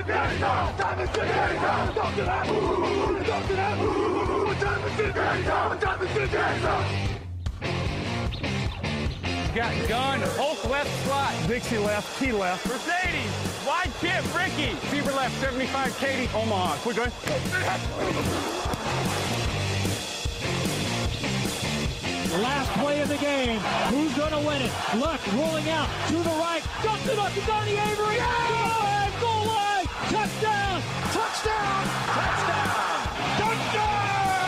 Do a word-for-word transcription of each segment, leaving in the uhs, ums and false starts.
Got gun, Hulk left slot. Dixie left, T left. Mercedes, wide chip, Ricky. Fever left, seventy-five, Katie, Omaha. Quick, good. Last play of the game. Who's going to win it? Luck rolling out to the right. Dumps it up to Donnie Avery. Yeah! Goal line, goal line. Touchdown. Touchdown. Touchdown. Touchdown.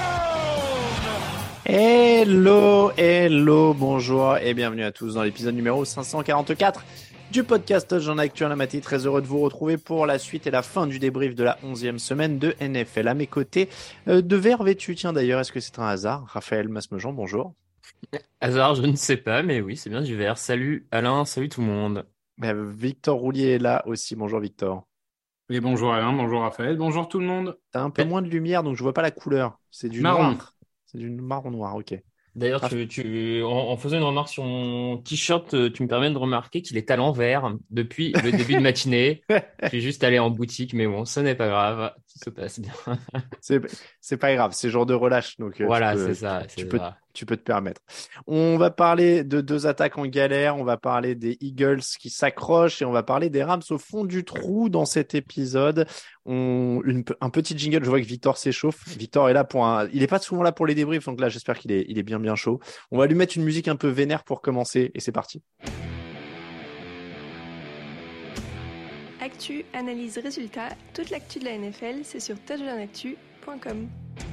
Hello, hello, bonjour et bienvenue à tous dans l'épisode numéro cinq cent quarante-quatre du podcast Touchdown Actu en Amateur. Très heureux de vous retrouver pour la suite et la fin du débrief de la onzième semaine de N F L. À mes côtés, euh, de verre vêtu. Tiens d'ailleurs, est-ce que c'est un hasard? Raphaël Masmejean, bonjour. Hasard, je ne sais pas, mais oui, c'est bien du vert. Salut Alain, salut tout le monde. Bah, Victor Roulier est là aussi. Bonjour Victor. Et bonjour Alain, bonjour Raphaël, bonjour tout le monde. T'as un peu moins de lumière, donc je vois pas la couleur. C'est du Marron. noir. C'est du marron noir, ok. D'ailleurs, Ah. tu, tu, en, en faisant une remarque sur mon t-shirt, tu me permets de remarquer qu'il est à l'envers depuis le début de matinée. Je suis juste allé en boutique, mais bon, ce n'est pas grave, tout se passe bien. C'est, c'est pas grave, c'est genre de relâche, donc euh, Voilà, tu peux, c'est ça. tu, c'est peux, ça. tu peux te permettre. On va parler de deux attaques en galère, on va parler des Eagles qui s'accrochent et on va parler des Rams au fond du trou dans cet épisode. On, une, un petit jingle, je vois que Victor s'échauffe. Victor est là pour un, il est pas souvent là pour les débriefs, donc là j'espère qu'il est, il est bien bien chaud. On va lui mettre une musique un peu vénère pour commencer et c'est parti. Actu, analyse, résultat, toute l'actu de la N F L, c'est sur touchdown actu point com.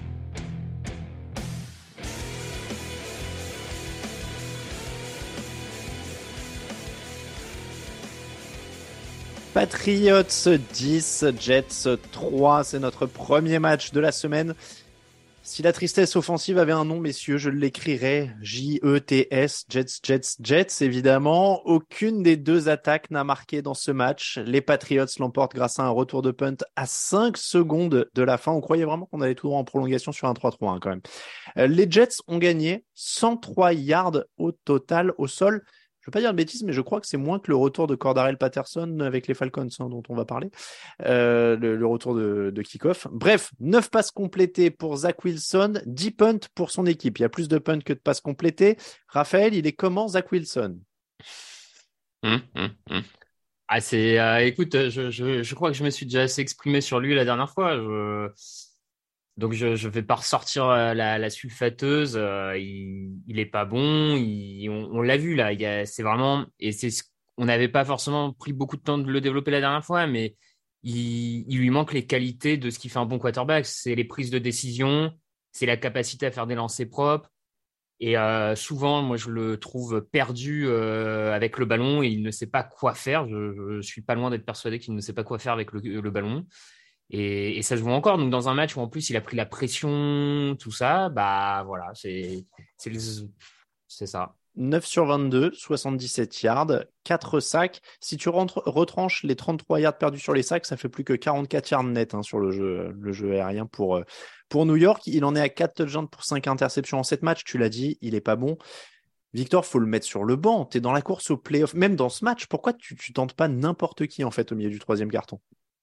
Patriots dix, Jets trois, c'est notre premier match de la semaine. Si la tristesse offensive avait un nom, messieurs, je l'écrirais J E T S, Jets, Jets, Jets, évidemment. Aucune des deux attaques n'a marqué dans ce match. Les Patriots l'emportent grâce à un retour de punt à cinq secondes de la fin. On croyait vraiment qu'on allait tout droit en prolongation sur un trois trois hein, quand même. Euh, les Jets ont gagné cent trois yards au total au sol. Je ne veux pas dire de bêtises, mais je crois que c'est moins que le retour de Cordarrelle Patterson avec les Falcons, hein, dont on va parler, euh, le, le retour de, de kick-off. Bref, neuf passes complétées pour Zach Wilson, dix punts pour son équipe. Il y a plus de punts que de passes complétées. Raphaël, il est comment, Zach Wilson? Hum, hum, hum. Ah, c'est, euh, écoute, je, je, je crois que je me suis déjà assez exprimé sur lui la dernière fois. Je... Donc, je ne vais pas ressortir la, la sulfateuse. Euh, il, il est pas bon. Il, on, on l'a vu là. Il y a, c'est vraiment, et c'est, on n'avait pas forcément pris beaucoup de temps de le développer la dernière fois, mais il, il lui manque les qualités de ce qui fait un bon quarterback. C'est les prises de décision, c'est la capacité à faire des lancers propres. Et euh, souvent, moi, je le trouve perdu euh, avec le ballon et il ne sait pas quoi faire. Je, je suis pas loin d'être persuadé qu'il ne sait pas quoi faire avec le, le ballon. Et, et ça se voit encore. Donc, dans un match où, en plus, il a pris la pression, tout ça, bah voilà, c'est, c'est, c'est ça. neuf sur vingt-deux, soixante-dix-sept yards, quatre sacs. Si tu rentres, retranches les trente-trois yards perdus sur les sacs, ça fait plus que quarante-quatre yards net hein, sur le jeu, le jeu aérien pour, pour New York. Il en est à quatre touchdowns pour cinq interceptions en sept matchs. Tu l'as dit, il est pas bon. Victor, faut le mettre sur le banc. Tu es dans la course au play-off. Même dans ce match, pourquoi tu, tu tentes pas n'importe qui en fait au milieu du troisième carton?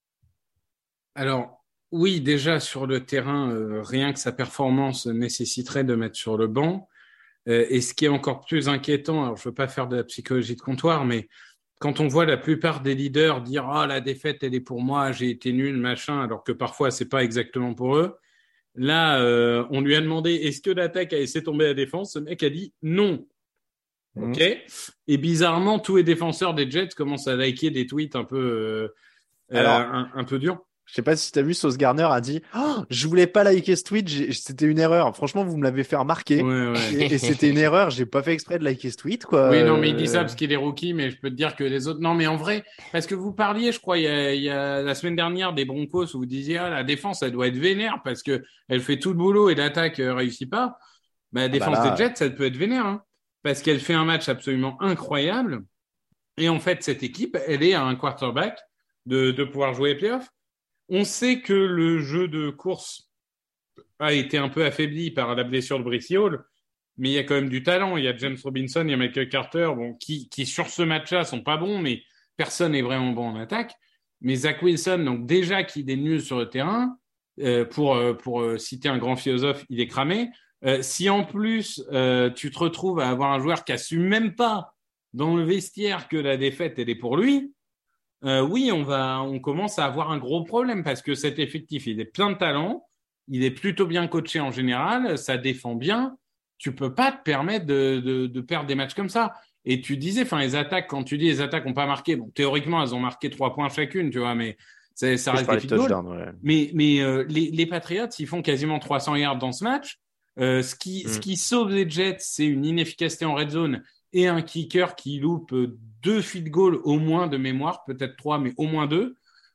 Alors, oui, déjà sur le terrain, euh, rien que sa performance nécessiterait de mettre sur le banc. Euh, et ce qui est encore plus inquiétant, alors je veux pas faire de la psychologie de comptoir, mais quand on voit la plupart des leaders dire « Ah, la défaite, elle est pour moi, j'ai été nul, machin », alors que parfois, c'est pas exactement pour eux. Là, euh, on lui a demandé « Est-ce que l'attaque a laissé tomber la défense ?» Ce mec a dit « Non ». Mmh. Ok. Et bizarrement, tous les défenseurs des Jets commencent à liker des tweets un peu, euh, Alors, euh, un, un peu durs. Je sais pas si tu as vu, Sauce Garner a dit oh, « Je voulais pas liker ce tweet, j'ai... c'était une erreur. » Franchement, vous me l'avez fait remarquer. Ouais, ouais. Et, et c'était une erreur, j'ai pas fait exprès de liker ce tweet, quoi. Oui, non, mais il dit ça parce qu'il est rookie, mais je peux te dire que les autres... Non, mais en vrai, parce que vous parliez, je crois, il y a, il y a la semaine dernière des Broncos où vous disiez ah, la défense, elle doit être vénère parce que elle fait tout le boulot et l'attaque euh, réussit pas. Bah, la défense ah bah là... des Jets, ça peut être vénère, hein, parce qu'elle fait un match absolument incroyable. Et en fait, cette équipe, elle est à un quarterback de, de pouvoir jouer les playoffs. On sait que le jeu de course a été un peu affaibli par la blessure de Breece Hall, mais il y a quand même du talent. Il y a James Robinson, il y a Michael Carter, bon, qui, qui sur ce match-là sont pas bons, mais personne n'est vraiment bon en attaque. Mais Zach Wilson, donc déjà qu'il est nul sur le terrain, euh, pour, euh, pour euh, citer un grand philosophe, il est cramé. Euh, si en plus, euh, tu te retrouves à avoir un joueur qui assume même pas dans le vestiaire que la défaite, elle est pour lui, euh, oui, on va, on commence à avoir un gros problème parce que cet effectif, il est plein de talent, il est plutôt bien coaché en général, ça défend bien. Tu peux pas te permettre de, de, de perdre des matchs comme ça. Et tu disais, enfin, les attaques, quand tu dis les attaques n'ont pas marqué, bon, théoriquement, elles ont marqué trois points chacune, tu vois, mais ça, ça reste des field goals. Ouais. Mais, mais euh, les, les Patriots, ils font quasiment trois cents yards dans ce match. Euh, ce qui, mm. ce qui sauve les Jets, c'est une inefficacité en red zone et un kicker qui loupe deux field goals au moins de mémoire, peut-être trois, mais au moins deux.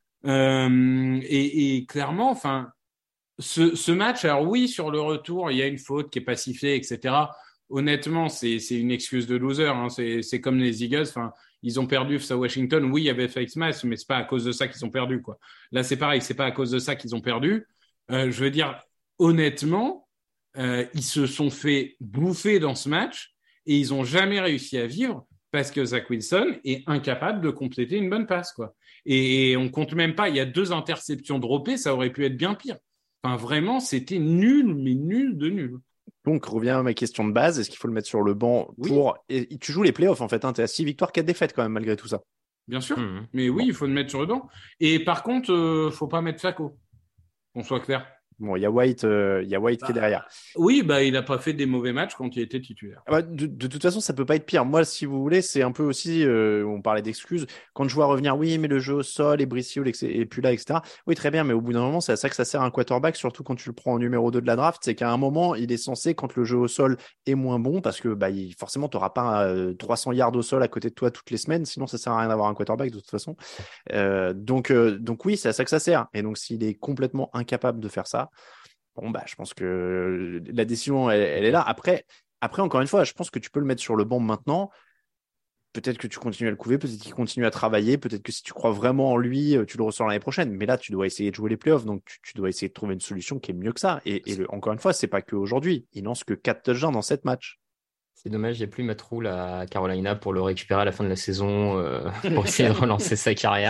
Euh, et, et clairement, enfin, ce, ce match, alors oui, sur le retour, il y a une faute qui est pas sifflée, et cetera. Honnêtement, c'est, c'est une excuse de loser. Hein. C'est, c'est comme les Eagles. Enfin, ils ont perdu face à Washington. Oui, il y avait face mask, mais c'est pas à cause de ça qu'ils ont perdu, quoi. Là, c'est pareil. C'est pas à cause de ça qu'ils ont perdu. Euh, je veux dire, honnêtement, euh, ils se sont fait bouffer dans ce match et ils ont jamais réussi à vivre parce que Zach Wilson est incapable de compléter une bonne passe, quoi. Et, et on compte même pas. Il y a deux interceptions droppées. Ça aurait pu être bien pire. Enfin, vraiment, c'était nul, mais nul de nul. Donc, revient à ma question de base. Est-ce qu'il faut le mettre sur le banc pour... Oui. Et tu joues les playoffs, en fait. Hein. Tu es à six victoires, quatre défaites, quand même, malgré tout ça. Bien sûr. Mmh. Mais oui, bon. Il faut le mettre sur le banc. Et par contre, euh, faut pas mettre Flacco. Qu'on soit clair. Bon, il y a White, euh, il y a White bah, qui est derrière. Oui, bah, il a pas fait des mauvais matchs quand il était titulaire. Ah bah, de, de toute façon, ça peut pas être pire. Moi, si vous voulez, c'est un peu aussi, euh, on parlait d'excuses. Quand je vois revenir, oui, mais le jeu au sol et Brice Hall et puis là, et cetera. Oui, très bien, mais au bout d'un moment, c'est à ça que ça sert un quarterback, surtout quand tu le prends en numéro deux de la draft. C'est qu'à un moment, il est censé, quand le jeu au sol est moins bon, parce que, bah, il, forcément, t'auras pas euh, trois cents yards au sol à côté de toi toutes les semaines. Sinon, ça sert à rien d'avoir un quarterback, de toute façon. Euh, donc, euh, donc oui, c'est à ça que ça sert. Et donc, s'il est complètement incapable de faire ça, bon, bah, je pense que la décision, elle, elle est là. Après, après, encore une fois, je pense que tu peux le mettre sur le banc maintenant. Peut-être que tu continues à le couver, peut-être qu'il continue à travailler, peut-être que si tu crois vraiment en lui, tu le ressors l'année prochaine. Mais là, tu dois essayer de jouer les playoffs, donc tu, tu dois essayer de trouver une solution qui est mieux que ça. Et, et le, encore une fois, c'est pas qu'aujourd'hui. Il lance que quatre touchdowns dans sept matchs. C'est dommage, il n'y a plus Matt Rhule à Carolina pour le récupérer à la fin de la saison, euh, pour essayer de relancer sa carrière.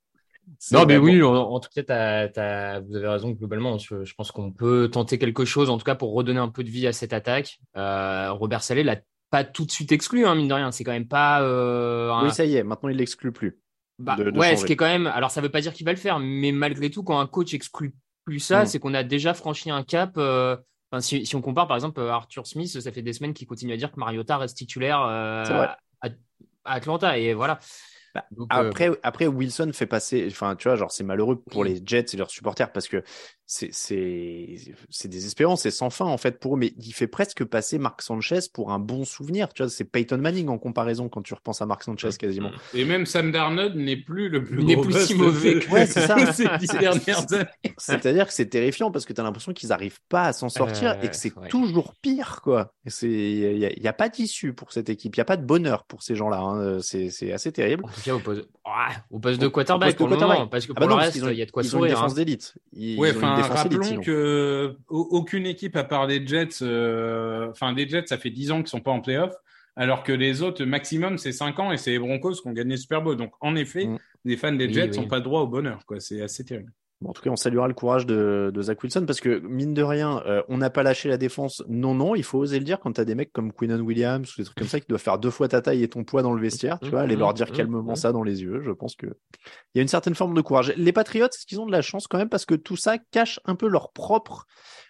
C'est non, mais oui, bon. en, en tout cas, t'as, t'as, vous avez raison globalement. Je, je pense qu'on peut tenter quelque chose, en tout cas, pour redonner un peu de vie à cette attaque. Euh, Robert Saleh l'a pas tout de suite exclu, hein, mine de rien. C'est quand même pas. Euh, un... Oui, ça y est, maintenant il l'exclut plus. Bah, de, de ouais, changer. Ce qui est quand même. Alors, ça veut pas dire qu'il va le faire, mais malgré tout, quand un coach exclut plus ça, mmh. c'est qu'on a déjà franchi un cap. Euh... Enfin, si, si on compare, par exemple, Arthur Smith, ça fait des semaines qu'il continue à dire que Mariota reste titulaire euh, à, à Atlanta, et voilà. Bah, Donc, après, euh... après, Wilson fait passer, enfin, tu vois, genre, c'est malheureux pour oui. les Jets et leurs supporters parce que c'est, c'est, c'est désespérant, c'est sans fin, en fait, pour eux, mais il fait presque passer Mark Sanchez pour un bon souvenir, tu vois, c'est Peyton Manning en comparaison quand tu repenses à Mark Sanchez quasiment. Et même Sam Darnold n'est plus le plus n'est plus si mauvais que ouais, c'est ça. ces dix dernières années. C'est-à-dire que c'est terrifiant parce que tu as l'impression qu'ils n'arrivent pas à s'en sortir euh, et que c'est ouais. toujours pire, quoi. Il n'y a, y a pas d'issue pour cette équipe, il n'y a pas de bonheur pour ces gens-là, hein. c'est, c'est assez terrible. En tout cas, au poste, ouais, au poste de quarterback pour le moment, parce que pour ah bah non, le reste, il y a de quoi sourire. Ils ont une défense hein. d'élite. Ils, ouais, ils ont une défense rappelons élite, que aucune équipe à part les Jets, euh, enfin des Jets, ça fait dix ans qu'ils sont pas en playoff, alors que les autres maximum c'est cinq ans et c'est les Broncos qui ont gagné le Super Bowl. Donc en effet, mm. les fans des Jets oui, oui. n'ont pas droit au bonheur, quoi. C'est assez terrible. Bon, en tout cas, on saluera le courage de, de Zach Wilson parce que, mine de rien, euh, on n'a pas lâché la défense. Non, non, il faut oser le dire quand tu as des mecs comme Quinnen Williams ou des trucs comme ça qui doivent faire deux fois ta taille et ton poids dans le vestiaire, tu vois, aller leur dire calmement ça dans les yeux. Je pense que il y a une certaine forme de courage. Les Patriots, est-ce qu'ils ont de la chance quand même parce que tout ça cache un peu leur propre,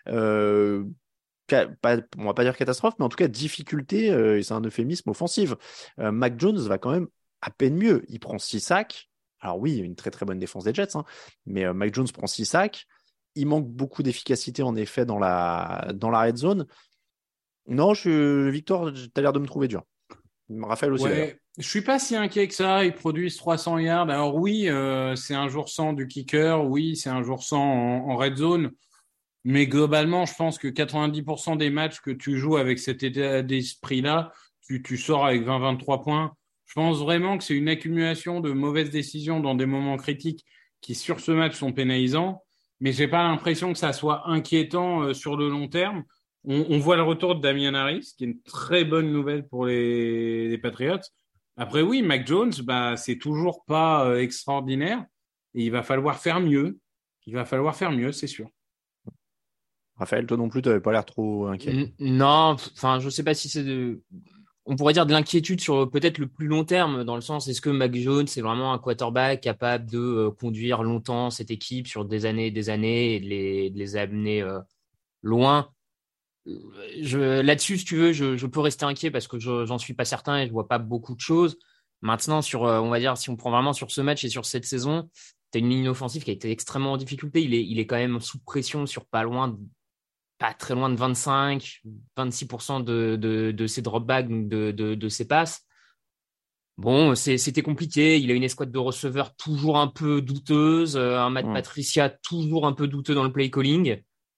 euh, pas, on va pas dire catastrophe, mais en tout cas difficulté, euh, et c'est un euphémisme offensif. Euh, Mac Jones va quand même à peine mieux. Il prend six sacs. Alors oui, une très très bonne défense des Jets, hein, mais euh, Mac Jones prend six sacs. Il manque beaucoup d'efficacité en effet dans la, dans la red zone. Non, je, Victor, tu as l'air de me trouver dur. Raphaël aussi. Ouais, je suis pas si inquiet que ça. Ils produisent trois cents yards. Alors oui, euh, c'est un jour sans du kicker. Oui, c'est un jour sans en, en red zone. Mais globalement, je pense que quatre-vingt-dix pour cent des matchs que tu joues avec cet état d'esprit-là, tu, tu sors avec vingt à vingt-trois points. Je pense vraiment que c'est une accumulation de mauvaises décisions dans des moments critiques qui, sur ce match, sont pénalisants. Mais j'ai pas l'impression que ça soit inquiétant euh, sur le long terme. On, on voit le retour de Damian Harris, qui est une très bonne nouvelle pour les, les Patriots. Après, oui, Mac Jones, bah, c'est toujours pas euh, extraordinaire. Et il va falloir faire mieux. Il va falloir faire mieux, c'est sûr. Raphaël, toi non plus, tu n'avais pas l'air trop inquiet. N- Non, enfin, je sais pas si c'est de. On pourrait dire de l'inquiétude sur peut-être le plus long terme, dans le sens, est-ce que Mac Jones est vraiment un quarterback capable de euh, conduire longtemps cette équipe sur des années et des années et de les, de les amener euh, loin? Je, là-dessus, si tu veux, je, je peux rester inquiet parce que je, j'en suis pas certain et je vois pas beaucoup de choses. Maintenant, sur, euh, on va dire, si on prend vraiment sur ce match et sur cette saison, tu as une ligne offensive qui a été extrêmement en difficulté. Il est, il est quand même sous pression sur pas loin de pas très loin de vingt-cinq, vingt-six pour cent de, de, de ses dropbacks, donc de, de, de ses passes. Bon, c'est, c'était compliqué. Il a une escouade de receveurs toujours un peu douteuse, euh, un Matt Mm. Patricia toujours un peu douteux dans le play calling.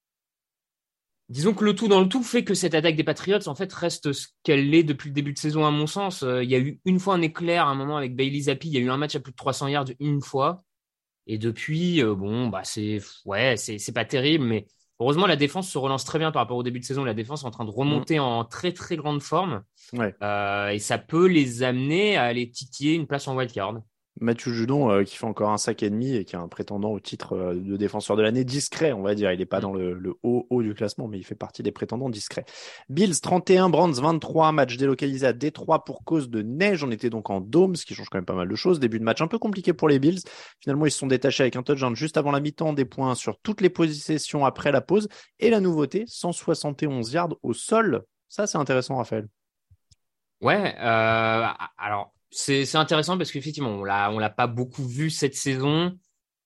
Disons que le tout dans le tout fait que cette attaque des Patriots, en fait, reste ce qu'elle est depuis le début de saison, à mon sens. Euh, il y a eu une fois un éclair, à un moment avec Bailey Zappi. Il y a eu un match à plus de trois cents yards une fois. Et depuis, euh, bon, bah, c'est, ouais, c'est, c'est pas terrible, mais heureusement, la défense se relance très bien par rapport au début de saison. La défense est en train de remonter en très, très grande forme. Ouais. Euh, et ça peut les amener à aller titiller une place en wildcard. Mathieu Judon euh, qui fait encore un sac et demi et qui est un prétendant au titre euh, de défenseur de l'année discret, on va dire. Il n'est pas Mm. dans le, le haut haut du classement, mais il fait partie des prétendants discrets. Bills trente et un, Browns vingt-trois, match délocalisé à Détroit pour cause de neige. On était donc en dôme, ce qui change quand même pas mal de choses. Début de match un peu compliqué pour les Bills. Finalement, ils se sont détachés avec un touchdown juste avant la mi-temps, des points sur toutes les possessions après la pause. Et la nouveauté, cent soixante et onze yards au sol. Ça, c'est intéressant, Raphaël. Ouais, euh, alors c'est c'est intéressant parce qu'effectivement on l'a on l'a pas beaucoup vu cette saison.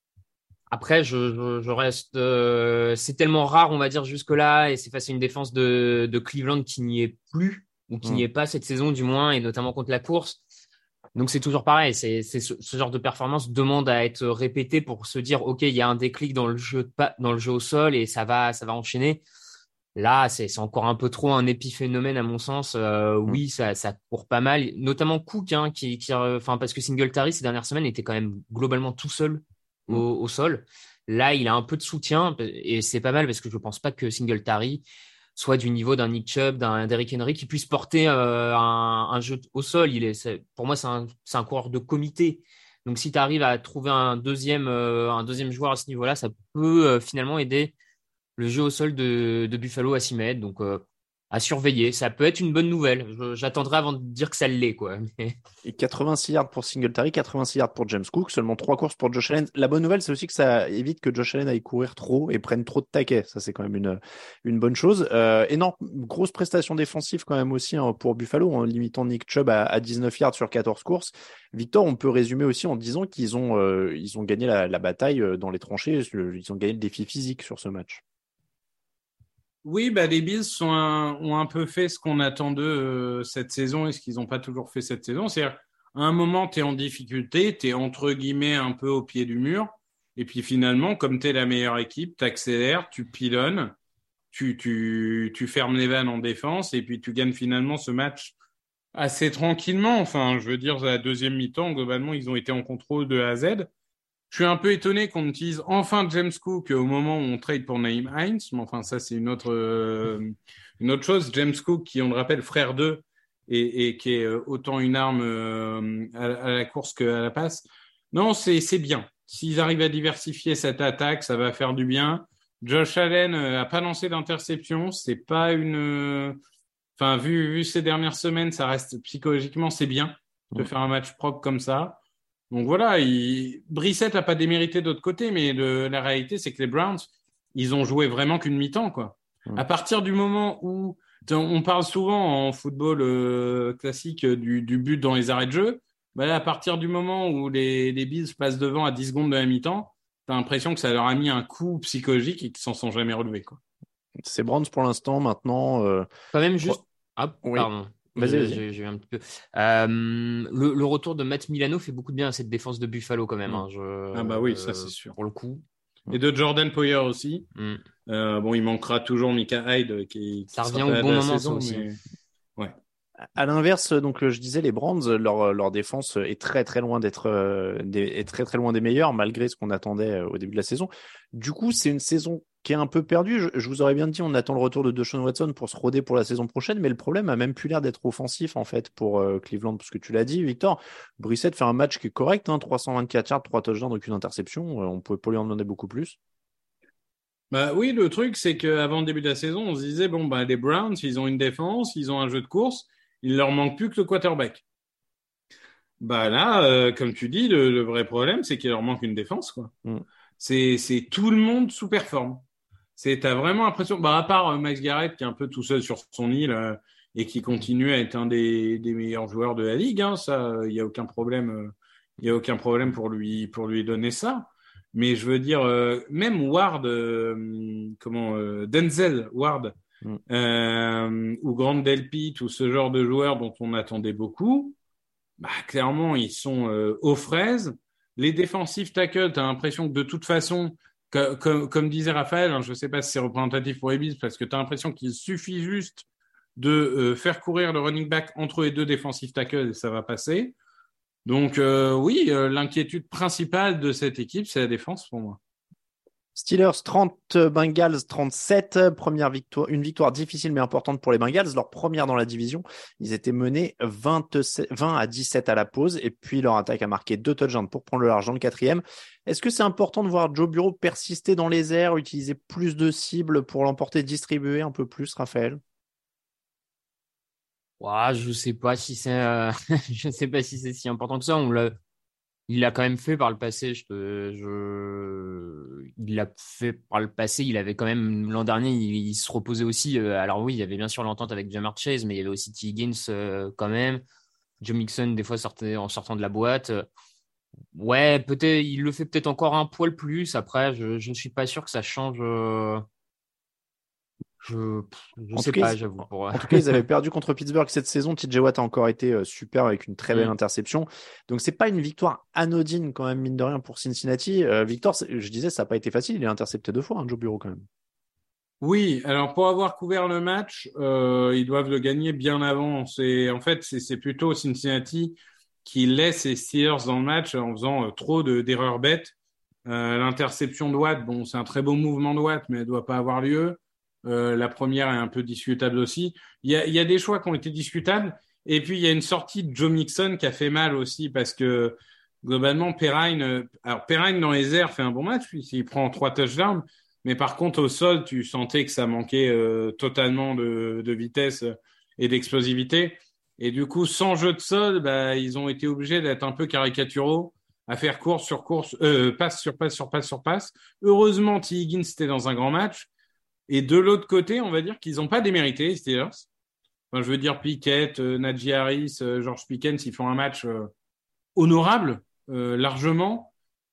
Après, je, je, je reste, euh, c'est tellement rare, on va dire jusque-là, et c'est face à une défense de de Cleveland qui n'y est plus ou qui n'y Mm. est pas cette saison du moins, et notamment contre la course. Donc c'est toujours pareil, c'est c'est ce, ce genre de performance demande à être répété pour se dire ok, il y a un déclic dans le jeu de pa- dans le jeu au sol et ça va ça va enchaîner. Là, c'est c'est encore un peu trop un épiphénomène à mon sens. Euh, Mm. oui, ça ça court pas mal, notamment Cook, hein, qui qui euh, enfin parce que Singletary ces dernières semaines était quand même globalement tout seul au, Mm. au sol. Là, il a un peu de soutien et c'est pas mal parce que je pense pas que Singletary soit du niveau d'un Nick Chubb, d'un Derrick Henry qui puisse porter euh, un, un jeu au sol. Il est, c'est- pour moi, c'est un, c'est un coureur de comité. Donc, si tu arrives à trouver un deuxième, euh, un deuxième joueur à ce niveau-là, ça peut euh, finalement aider le jeu au sol de, de Buffalo à s'y mettre. Donc, euh, à surveiller. Ça peut être une bonne nouvelle. Je- j'attendrai avant de dire que ça l'est, quoi. Mais- Et quatre-vingt-six yards pour Singletary, quatre-vingt-six yards pour James Cook, seulement trois courses pour Josh Allen. La bonne nouvelle, c'est aussi que ça évite que Josh Allen aille courir trop et prenne trop de taquets. Ça, c'est quand même une, une bonne chose. Euh, énorme, grosse prestation défensive quand même aussi hein, pour Buffalo, en limitant Nick Chubb à, à dix-neuf yards sur quatorze courses. Victor, on peut résumer aussi en disant qu'ils ont, euh, ils ont gagné la, la bataille euh, dans les tranchées. Ils ont gagné le défi physique sur ce match. Oui, bah, les Bills sont un- ont un peu fait ce qu'on attend d'eux euh, cette saison et ce qu'ils n'ont pas toujours fait cette saison. C'est-à-dire, à un moment, tu es en difficulté, tu es entre guillemets un peu au pied du mur. Et puis finalement, comme tu es la meilleure équipe, tu accélères, tu pilonnes, tu, tu, tu fermes les vannes en défense et puis tu gagnes finalement ce match assez tranquillement. Enfin, je veux dire, à la deuxième mi-temps, globalement, ils ont été en contrôle de A à Z. Je suis un peu étonné qu'on utilise enfin James Cook au moment où on trade pour Naeem Hines, mais enfin ça c'est une autre euh, une autre chose. James Cook, qui on le rappelle frère d'eux et, et qui est autant une arme euh, à, à la course qu'à la passe. Non, c'est c'est bien. S'ils arrivent à diversifier cette attaque, ça va faire du bien. Josh Allen euh, a pas lancé d'interception, c'est pas une. euh, Enfin, vu vu ces dernières semaines, ça reste psychologiquement c'est bien de faire un match propre comme ça. Donc voilà, il... Brissett n'a pas démérité d'autre côté, mais le... la réalité, c'est que les Browns, ils ont joué vraiment qu'une mi-temps, quoi. Mm. À partir du moment où on parle souvent en football euh, classique du, du but dans les arrêts de jeu, bah là, à partir du moment où les, les Bills passent devant à dix secondes de la mi-temps, t'as l'impression que ça leur a mis un coup psychologique et qu'ils s'en sont jamais relevés, quoi. C'est Browns pour l'instant. Maintenant, euh... Quand même juste. Ah, oui. pardon. Vas-y, vas-y. J'ai, j'ai un petit peu. Euh, le, le retour de Matt Milano fait beaucoup de bien à cette défense de Buffalo quand même. Mm. Hein, je, Ah bah oui, ça c'est sûr. Pour le coup. Et de Jordan Poyer aussi. Mm. Euh, bon, il manquera toujours Micah Hyde qui, qui Ça sera revient pas au bon de la moment, saison, ça aussi. mais... Ouais. À l'inverse, donc je disais, les Browns, leur leur défense est très très loin d'être euh, des, est très très loin des meilleurs malgré ce qu'on attendait au début de la saison. Du coup, c'est une saison qui est un peu perdu. Je, je vous aurais bien dit, on attend le retour de Deshaun Watson pour se roder pour la saison prochaine, mais le problème a même plus l'air d'être offensif en fait pour euh, Cleveland, parce que tu l'as dit, Victor, Brissett fait un match qui est correct, hein, trois cent vingt-quatre yards, trois touchdowns, aucune interception. Euh, on pouvait pas lui en demander beaucoup plus. Bah oui, le truc, c'est qu'avant le début de la saison, on se disait, bon, bah, les Browns, ils ont une défense, ils ont un jeu de course, il leur manque plus que le quarterback. Bah là, euh, comme tu dis, le, le vrai problème, c'est qu'il leur manque une défense, quoi. Mm. C'est, c'est tout le monde sous-performe. C'est, t'as vraiment l'impression, bah, à part euh, Max Garrett, qui est un peu tout seul sur son île, euh, et qui continue à être un des, des meilleurs joueurs de la ligue, hein, ça, il y a aucun problème, euh, il y a aucun problème pour lui, pour lui donner ça. Mais je veux dire, euh, même Ward, euh, comment, euh, Denzel Ward, Mm. euh, ou Grant Delpit, ou ce genre de joueurs dont on attendait beaucoup, bah, clairement, ils sont euh, aux fraises. Les défensifs tackles, t'as l'impression que de toute façon, que, comme, comme disait Raphaël, hein, je ne sais pas si c'est représentatif pour les Bills, parce que t'as l'impression qu'il suffit juste de euh, faire courir le running back entre les deux défensifs tackles et ça va passer. Donc euh, oui, euh, l'inquiétude principale de cette équipe, c'est la défense pour moi. Steelers trente, Bengals trente-sept. Première victoire, une victoire difficile mais importante pour les Bengals. Leur première dans la division. Ils étaient menés vingt-sept, vingt à dix-sept à la pause. Et puis leur attaque a marqué deux touchdowns pour prendre le large dans le quatrième. Est-ce que c'est important de voir Joe Burrow persister dans les airs, utiliser plus de cibles pour l'emporter, distribuer un peu plus, Raphaël? Ouais, je sais pas si c'est, euh, je sais pas si c'est si important que ça. On l'a, il l'a quand même fait par le passé. Je, te- je, il l'a fait par le passé. Il avait quand même l'an dernier, il, il se reposait aussi. Euh, alors oui, il y avait bien sûr l'entente avec Jamar Chase, mais il y avait aussi T. Higgins euh, quand même. Joe Mixon des fois sortait en sortant de la boîte. Euh, Ouais, peut-être, il le fait peut-être encore un poil plus. Après, je, je ne suis pas sûr que ça change. euh, Je, pff, je En tout sais cas, pas, ils, j'avoue. Pour... en tout cas, ils avaient perdu contre Pittsburgh cette saison. T J Watt a encore été euh, super avec une très belle Mm. interception. Donc, c'est pas une victoire anodine quand même, mine de rien, pour Cincinnati. Euh, Victor, c'est- je disais, ça n'a pas été facile. Il est intercepté deux fois, hein, Joe Burrow, quand même. Oui, alors pour avoir couvert le match, euh, ils doivent le gagner bien avant. C'est en fait c'est c'est plutôt Cincinnati qui laisse les Steelers dans le match en faisant euh, trop de d'erreurs bêtes. Euh, l'interception de Watt, bon, c'est un très beau mouvement de Watt, mais elle doit pas avoir lieu. Euh, la première est un peu discutable aussi. Il y a il y a des choix qui ont été discutables. Et puis il y a une sortie de Joe Mixon qui a fait mal aussi parce que globalement Perrine, euh, alors Perrine dans les airs fait un bon match, puis il prend trois touchdowns. Mais par contre, au sol, tu sentais que ça manquait euh, totalement de, de vitesse et d'explosivité. Et du coup, sans jeu de sol, bah, ils ont été obligés d'être un peu caricaturaux, à faire course sur course, euh, passe sur passe sur passe sur passe. Heureusement, T. Higgins était dans un grand match. Et de l'autre côté, on va dire qu'ils n'ont pas démérité, les Steelers. Enfin, je veux dire, Pickett, euh, Najee Harris, euh, George Pickens, ils font un match euh, honorable, euh, largement.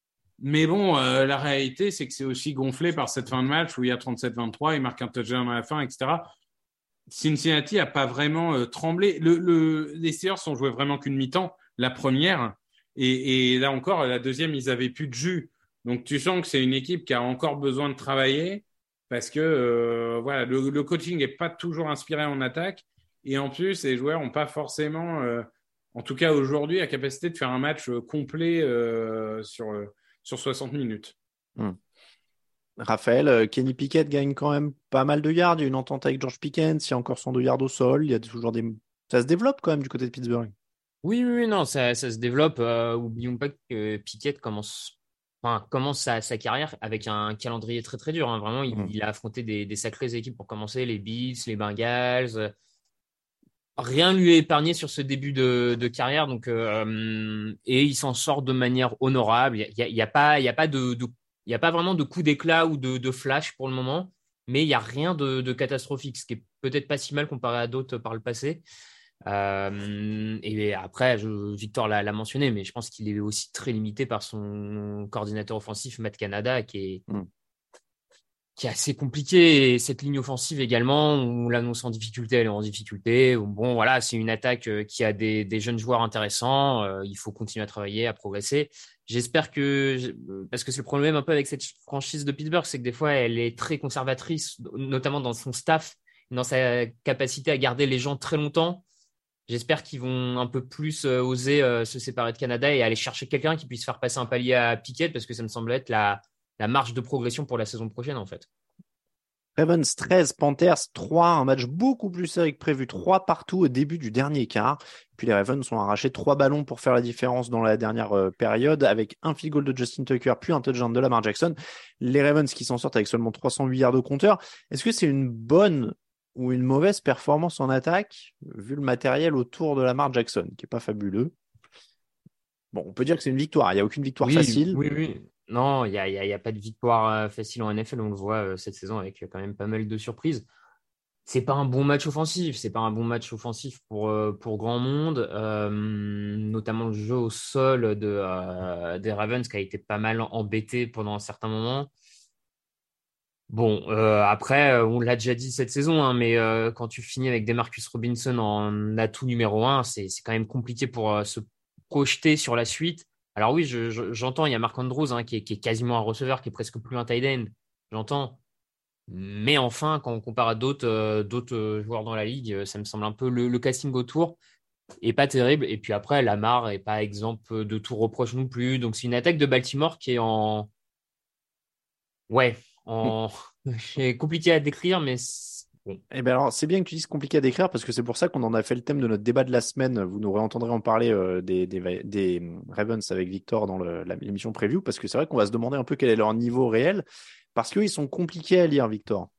Mais bon, euh, la réalité, c'est que c'est aussi gonflé par cette fin de match où il y a trente-sept vingt-trois, il marque un touchdown à la fin, et cetera. Cincinnati a pas vraiment euh, tremblé. Le, le, les Steelers ont joué vraiment qu'une mi-temps, la première. Et, et là encore, la deuxième, ils avaient plus de jus. Donc tu sens que c'est une équipe qui a encore besoin de travailler parce que euh, voilà, le, le coaching n'est pas toujours inspiré en attaque. Et en plus, les joueurs n'ont pas forcément, euh, en tout cas aujourd'hui, la capacité de faire un match euh, complet euh, sur... Euh, sur soixante minutes. Hmm. Raphaël, euh, Kenny Pickett gagne quand même pas mal de yards. Il y a une entente avec George Pickens. Il y a encore cent deux yards au sol. Il y a toujours des... Ça se développe quand même du côté de Pittsburgh. Oui, oui, oui, non, ça, ça se développe. Euh, oublions pas que Pickett commence, enfin, commence sa, sa carrière avec un calendrier très très dur, hein. Vraiment, il, Hmm. il a affronté des, des sacrées équipes pour commencer, les Bills, les Bengals. Euh, Rien lui est épargné sur ce début de, de carrière, donc euh, et il s'en sort de manière honorable. Il y a, il y a pas, il y a pas de, de- il y a pas vraiment de coup d'éclat ou de, de flash pour le moment, mais il y a rien de, de catastrophique, ce qui est peut-être pas si mal comparé à d'autres par le passé. Euh, et après, je, Victor l'a, l'a mentionné, mais je pense qu'il est aussi très limité par son coordinateur offensif Matt Canada, qui est Hmm. qui est assez compliqué. Et cette ligne offensive également, on l'annonce en difficulté, elle est en difficulté. Bon, voilà, c'est une attaque euh, qui a des, des jeunes joueurs intéressants. Euh, il faut continuer à travailler, à progresser. J'espère que, parce que c'est le problème un peu avec cette franchise de Pittsburgh, c'est que des fois, elle est très conservatrice, notamment dans son staff, dans sa capacité à garder les gens très longtemps. J'espère qu'ils vont un peu plus euh, oser euh, se séparer de Canada et aller chercher quelqu'un qui puisse faire passer un palier à Pickett, parce que ça me semble être la, la marge de progression pour la saison prochaine, en fait. Ravens treize, Panthers trois, un match beaucoup plus serré que prévu, trois partout au début du dernier quart. Puis les Ravens ont arraché trois ballons pour faire la différence dans la dernière euh, période avec un field goal de Justin Tucker puis un touchdown de Lamar Jackson. Les Ravens qui s'en sortent avec seulement trois cent huit yards de compteur. Est-ce que c'est une bonne ou une mauvaise performance en attaque vu le matériel autour de Lamar Jackson qui est pas fabuleux? Bon, on peut dire que c'est une victoire. Il n'y a aucune victoire Oui, facile. oui, oui. Non, il n'y a, il y a, il y a pas de victoire euh, facile en N F L. On le voit euh, cette saison avec euh, quand même pas mal de surprises. C'est pas un bon match offensif. C'est pas un bon match offensif pour, euh, pour grand monde. Euh, notamment le jeu au sol de, euh, des Ravens qui a été pas mal embêté pendant un certain moment. Bon, euh, après, euh, on l'a déjà dit cette saison, hein, mais euh, quand tu finis avec Demarcus Robinson en atout numéro un, c'est, c'est quand même compliqué pour euh, se projeter sur la suite. Alors oui, je, je, j'entends, il y a Mark Andrews hein, qui est, qui est quasiment un receveur, qui est presque plus un tight end. J'entends. Mais enfin, quand on compare à d'autres, euh, d'autres euh, joueurs dans la ligue, euh, ça me semble un peu le, le casting autour est pas terrible. Et puis après, Lamar est pas exemple de tout reproche non plus. Donc c'est une attaque de Baltimore qui est en, ouais, en, c'est compliqué à décrire, mais c'est- bon. Eh ben alors, c'est bien que tu dises compliqué à décrire parce que c'est pour ça qu'on en a fait le thème de notre débat de la semaine. Vous nous réentendrez en parler euh, des, des, des Ravens avec Victor dans le, la, l'émission preview parce que c'est vrai qu'on va se demander un peu quel est leur niveau réel parce qu'ils sont compliqués à lire, Victor.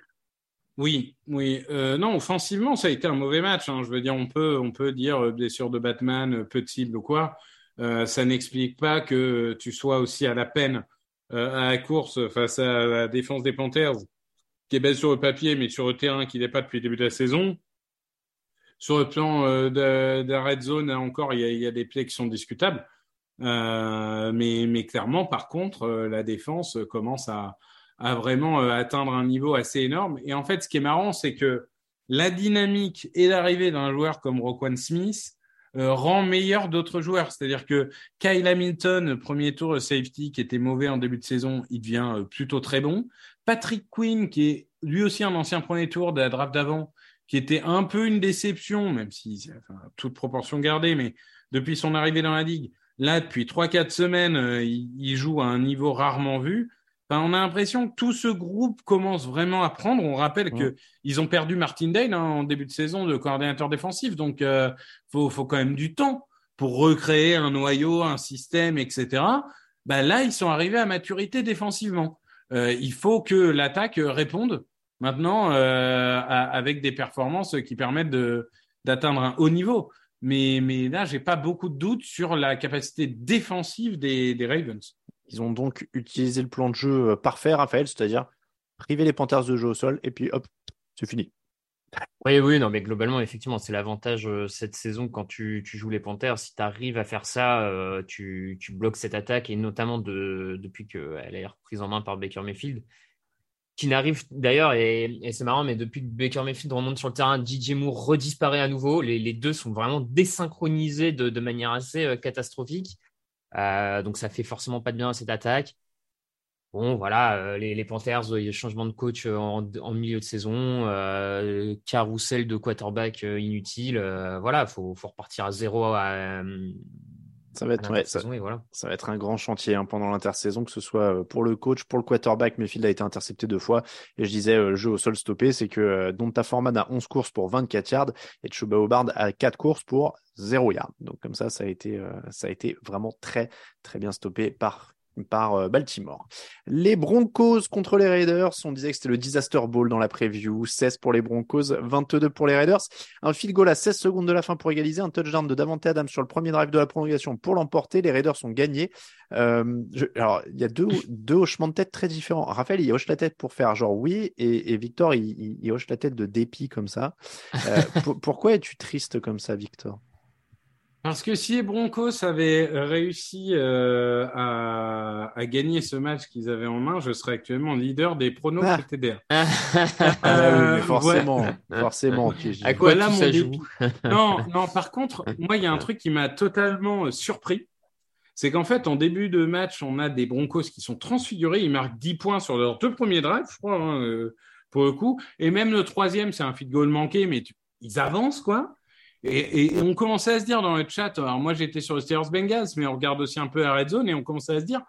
Oui, oui. Euh, non, offensivement, ça a été un mauvais match. Hein. Je veux dire, on peut, on peut dire euh, blessure de Batman, euh, peu de cibles ou quoi. Euh, ça n'explique pas que tu sois aussi à la peine euh, à la course face à la défense des Panthers, qui est belle sur le papier, mais sur le terrain qui n'est pas depuis le début de la saison. Sur le plan euh, de, de la red zone, encore, il y a, il y a des plays qui sont discutables. Euh, mais, mais clairement, par contre, euh, la défense commence à, à vraiment euh, atteindre un niveau assez énorme. Et en fait, ce qui est marrant, c'est que la dynamique et l'arrivée d'un joueur comme Roquan Smith euh, rend meilleur d'autres joueurs. C'est-à-dire que Kyle Hamilton, premier tour safety, qui était mauvais en début de saison, il devient euh, plutôt très bon. Patrick Quinn, qui est lui aussi un ancien premier tour de la draft d'avant, qui était un peu une déception, même si, enfin, toute proportion gardée, mais depuis son arrivée dans la ligue, là, depuis trois quatre semaines, euh, il, il joue à un niveau rarement vu. Enfin, on a l'impression que tout ce groupe commence vraiment à prendre. On rappelle que ils ont perdu Martindale hein, en début de saison de coordinateur défensif, donc euh, faut, faut quand même du temps pour recréer un noyau, un système, et cetera. Ben là, ils sont arrivés à maturité défensivement. Euh, il faut que l'attaque réponde maintenant euh, à, avec des performances qui permettent de, d'atteindre un haut niveau. Mais, mais là, j'ai pas beaucoup de doutes sur la capacité défensive des, des Ravens. Ils ont donc utilisé le plan de jeu parfait, Raphaël, c'est-à-dire priver les Panthers de jeu au sol et puis hop, c'est fini. Oui, oui, non, mais globalement, effectivement, c'est l'avantage euh, cette saison quand tu, tu joues les Panthers. Si tu arrives à faire ça, euh, tu, tu bloques cette attaque et notamment de, depuis qu'elle est reprise en main par Baker Mayfield, qui n'arrive d'ailleurs, et, et c'est marrant, mais depuis que Baker Mayfield remonte sur le terrain, D J Moore redisparaît à nouveau. Les, les deux sont vraiment désynchronisés de, de manière assez euh, catastrophique. Euh, donc ça fait forcément pas de bien à cette attaque. Bon, voilà, euh, les, les Panthers, il y a changement de coach euh, en, en milieu de saison, euh, carrousel de quarterback euh, inutile. Euh, voilà, faut, faut repartir à zéro à, Ça va être, ouais, ça, et voilà. ça va être un grand chantier hein, pendant l'intersaison, que ce soit pour le coach, pour le quarterback. Mayfield a été intercepté deux fois. Et je disais, euh, le jeu au sol stoppé, c'est que euh, Donta Foreman a onze courses pour vingt-quatre yards et Chuba Hubbard a quatre courses pour zéro yard. Donc comme ça, ça a été, euh, ça a été vraiment très, très bien stoppé par par euh, Baltimore. Les Broncos contre les Raiders, on disait que c'était le disaster ball dans la preview, seize pour les Broncos, vingt-deux pour les Raiders, un field goal à seize secondes de la fin pour égaliser, un touchdown de Davante Adams sur le premier drive de la prolongation pour l'emporter, les Raiders ont gagné. Euh, je, alors, il y a deux, deux hochements de tête très différents. Raphaël, il hoche la tête pour faire genre oui, et, et Victor, il, il, il hoche la tête de dépit comme ça. Euh, pour, pourquoi es-tu triste comme ça, Victor? Parce que si les Broncos avaient réussi euh, à, à gagner ce match qu'ils avaient en main, je serais actuellement leader des pronos Ah. P T D R. Ah bah oui, mais forcément, ouais. forcément. Tu, À quoi voilà tout mon ça dépit. joue? Non, non. Par contre, moi, il y a un truc qui m'a totalement surpris, c'est qu'en fait, en début de match, on a des Broncos qui sont transfigurés. Ils marquent dix points sur leurs deux premiers drives, je crois, hein, euh, pour le coup. Et même le troisième, c'est un field goal manqué, mais tu... ils avancent, quoi. Et, et on commençait à se dire dans le chat, alors moi j'étais sur le Steelers Bengals, mais on regarde aussi un peu la Red Zone et on commençait à se dire,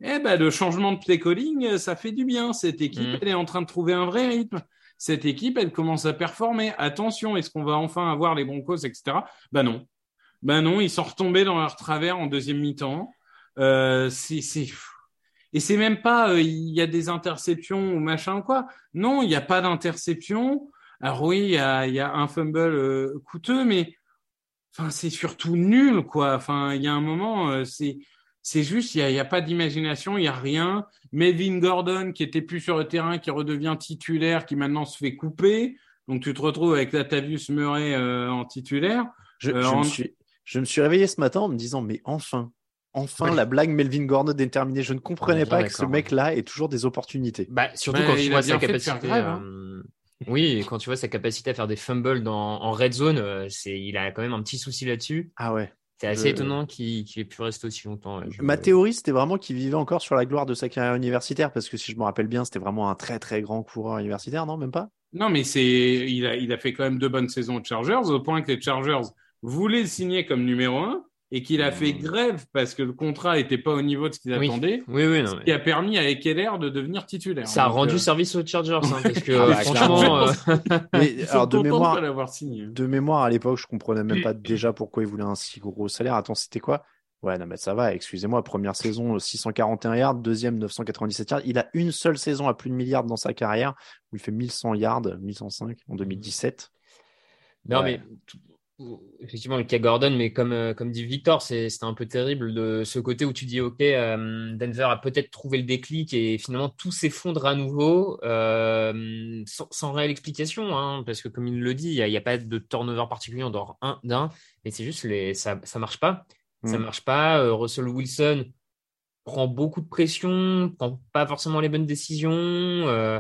Eh ben, le changement de play calling, ça fait du bien. Cette équipe, mmh. elle est en train de trouver un vrai rythme. Cette équipe, elle commence à performer. Attention, est-ce qu'on va enfin avoir les Broncos, et cetera. Ben non. Ben non, ils sont retombés dans leur travers en deuxième mi-temps. Euh, c'est, c'est... Et c'est même pas, euh, il y a des interceptions ou machin ou quoi. Non, il n'y a pas d'interception. Alors oui, il y a, il y a un fumble euh, coûteux, mais enfin, c'est surtout nul, quoi. Enfin, il y a un moment, euh, c'est, c'est juste, il y a, il y a pas d'imagination, il y a rien. Melvin Gordon, qui était plus sur le terrain, qui redevient titulaire, qui maintenant se fait couper. Donc, tu te retrouves avec Latavius Murray euh, en titulaire. Je, euh, je, en... me suis, je me suis réveillé ce matin en me disant, mais enfin, enfin, ouais. la blague Melvin Gordon est terminée. Je ne comprenais pas que ce mec-là ait toujours des opportunités. Bah, surtout bah, quand tu vois sa capacité. Grève, hein. euh... Oui, quand tu vois sa capacité à faire des fumbles dans, en red zone, euh, c'est, il a quand même un petit souci là-dessus. Ah ouais. C'est assez je... étonnant qu'il, qu'il ait pu rester aussi longtemps. Ouais. Je... Ma théorie, c'était vraiment qu'il vivait encore sur la gloire de sa carrière universitaire, parce que si je me rappelle bien, c'était vraiment un très très grand coureur universitaire, non, même pas? Non, mais c'est, il a, il a fait quand même deux bonnes saisons aux Chargers, au point que les Chargers voulaient le signer comme numéro un. Et qu'il a fait grève parce que le contrat n'était pas au niveau de ce qu'ils oui. attendaient, oui, oui, non, ce mais... qui a permis à Ekeler de devenir titulaire. Ça a Donc, rendu euh... service aux Chargers, hein, parce que ah, franchement... euh... mais, alors, de mémoire, de, signé. de mémoire, à l'époque, je comprenais même pas déjà pourquoi il voulait un si gros salaire. Attends, c'était quoi? Ouais, non, mais ça va, excusez-moi, première saison, six cent quarante et un yards, deuxième, neuf cent quatre-vingt-dix-sept yards. Il a une seule saison à plus de mille yards dans sa carrière, où il fait mille cent yards, mille cent cinq en deux mille dix-sept. Non, ouais. mais... Effectivement, le cas Gordon, mais comme, euh, comme dit Victor, c'est, c'était un peu terrible de ce côté où tu dis, OK, euh, Denver a peut-être trouvé le déclic et finalement tout s'effondre à nouveau euh, sans, sans réelle explication, hein, parce que comme il le dit, il n'y a, a pas de turnover particulier en dehors un, d'un, mais c'est juste, les, ça ne marche pas. Mm. Ça ne marche pas. Euh, Russell Wilson prend beaucoup de pression, prend pas forcément les bonnes décisions. Euh,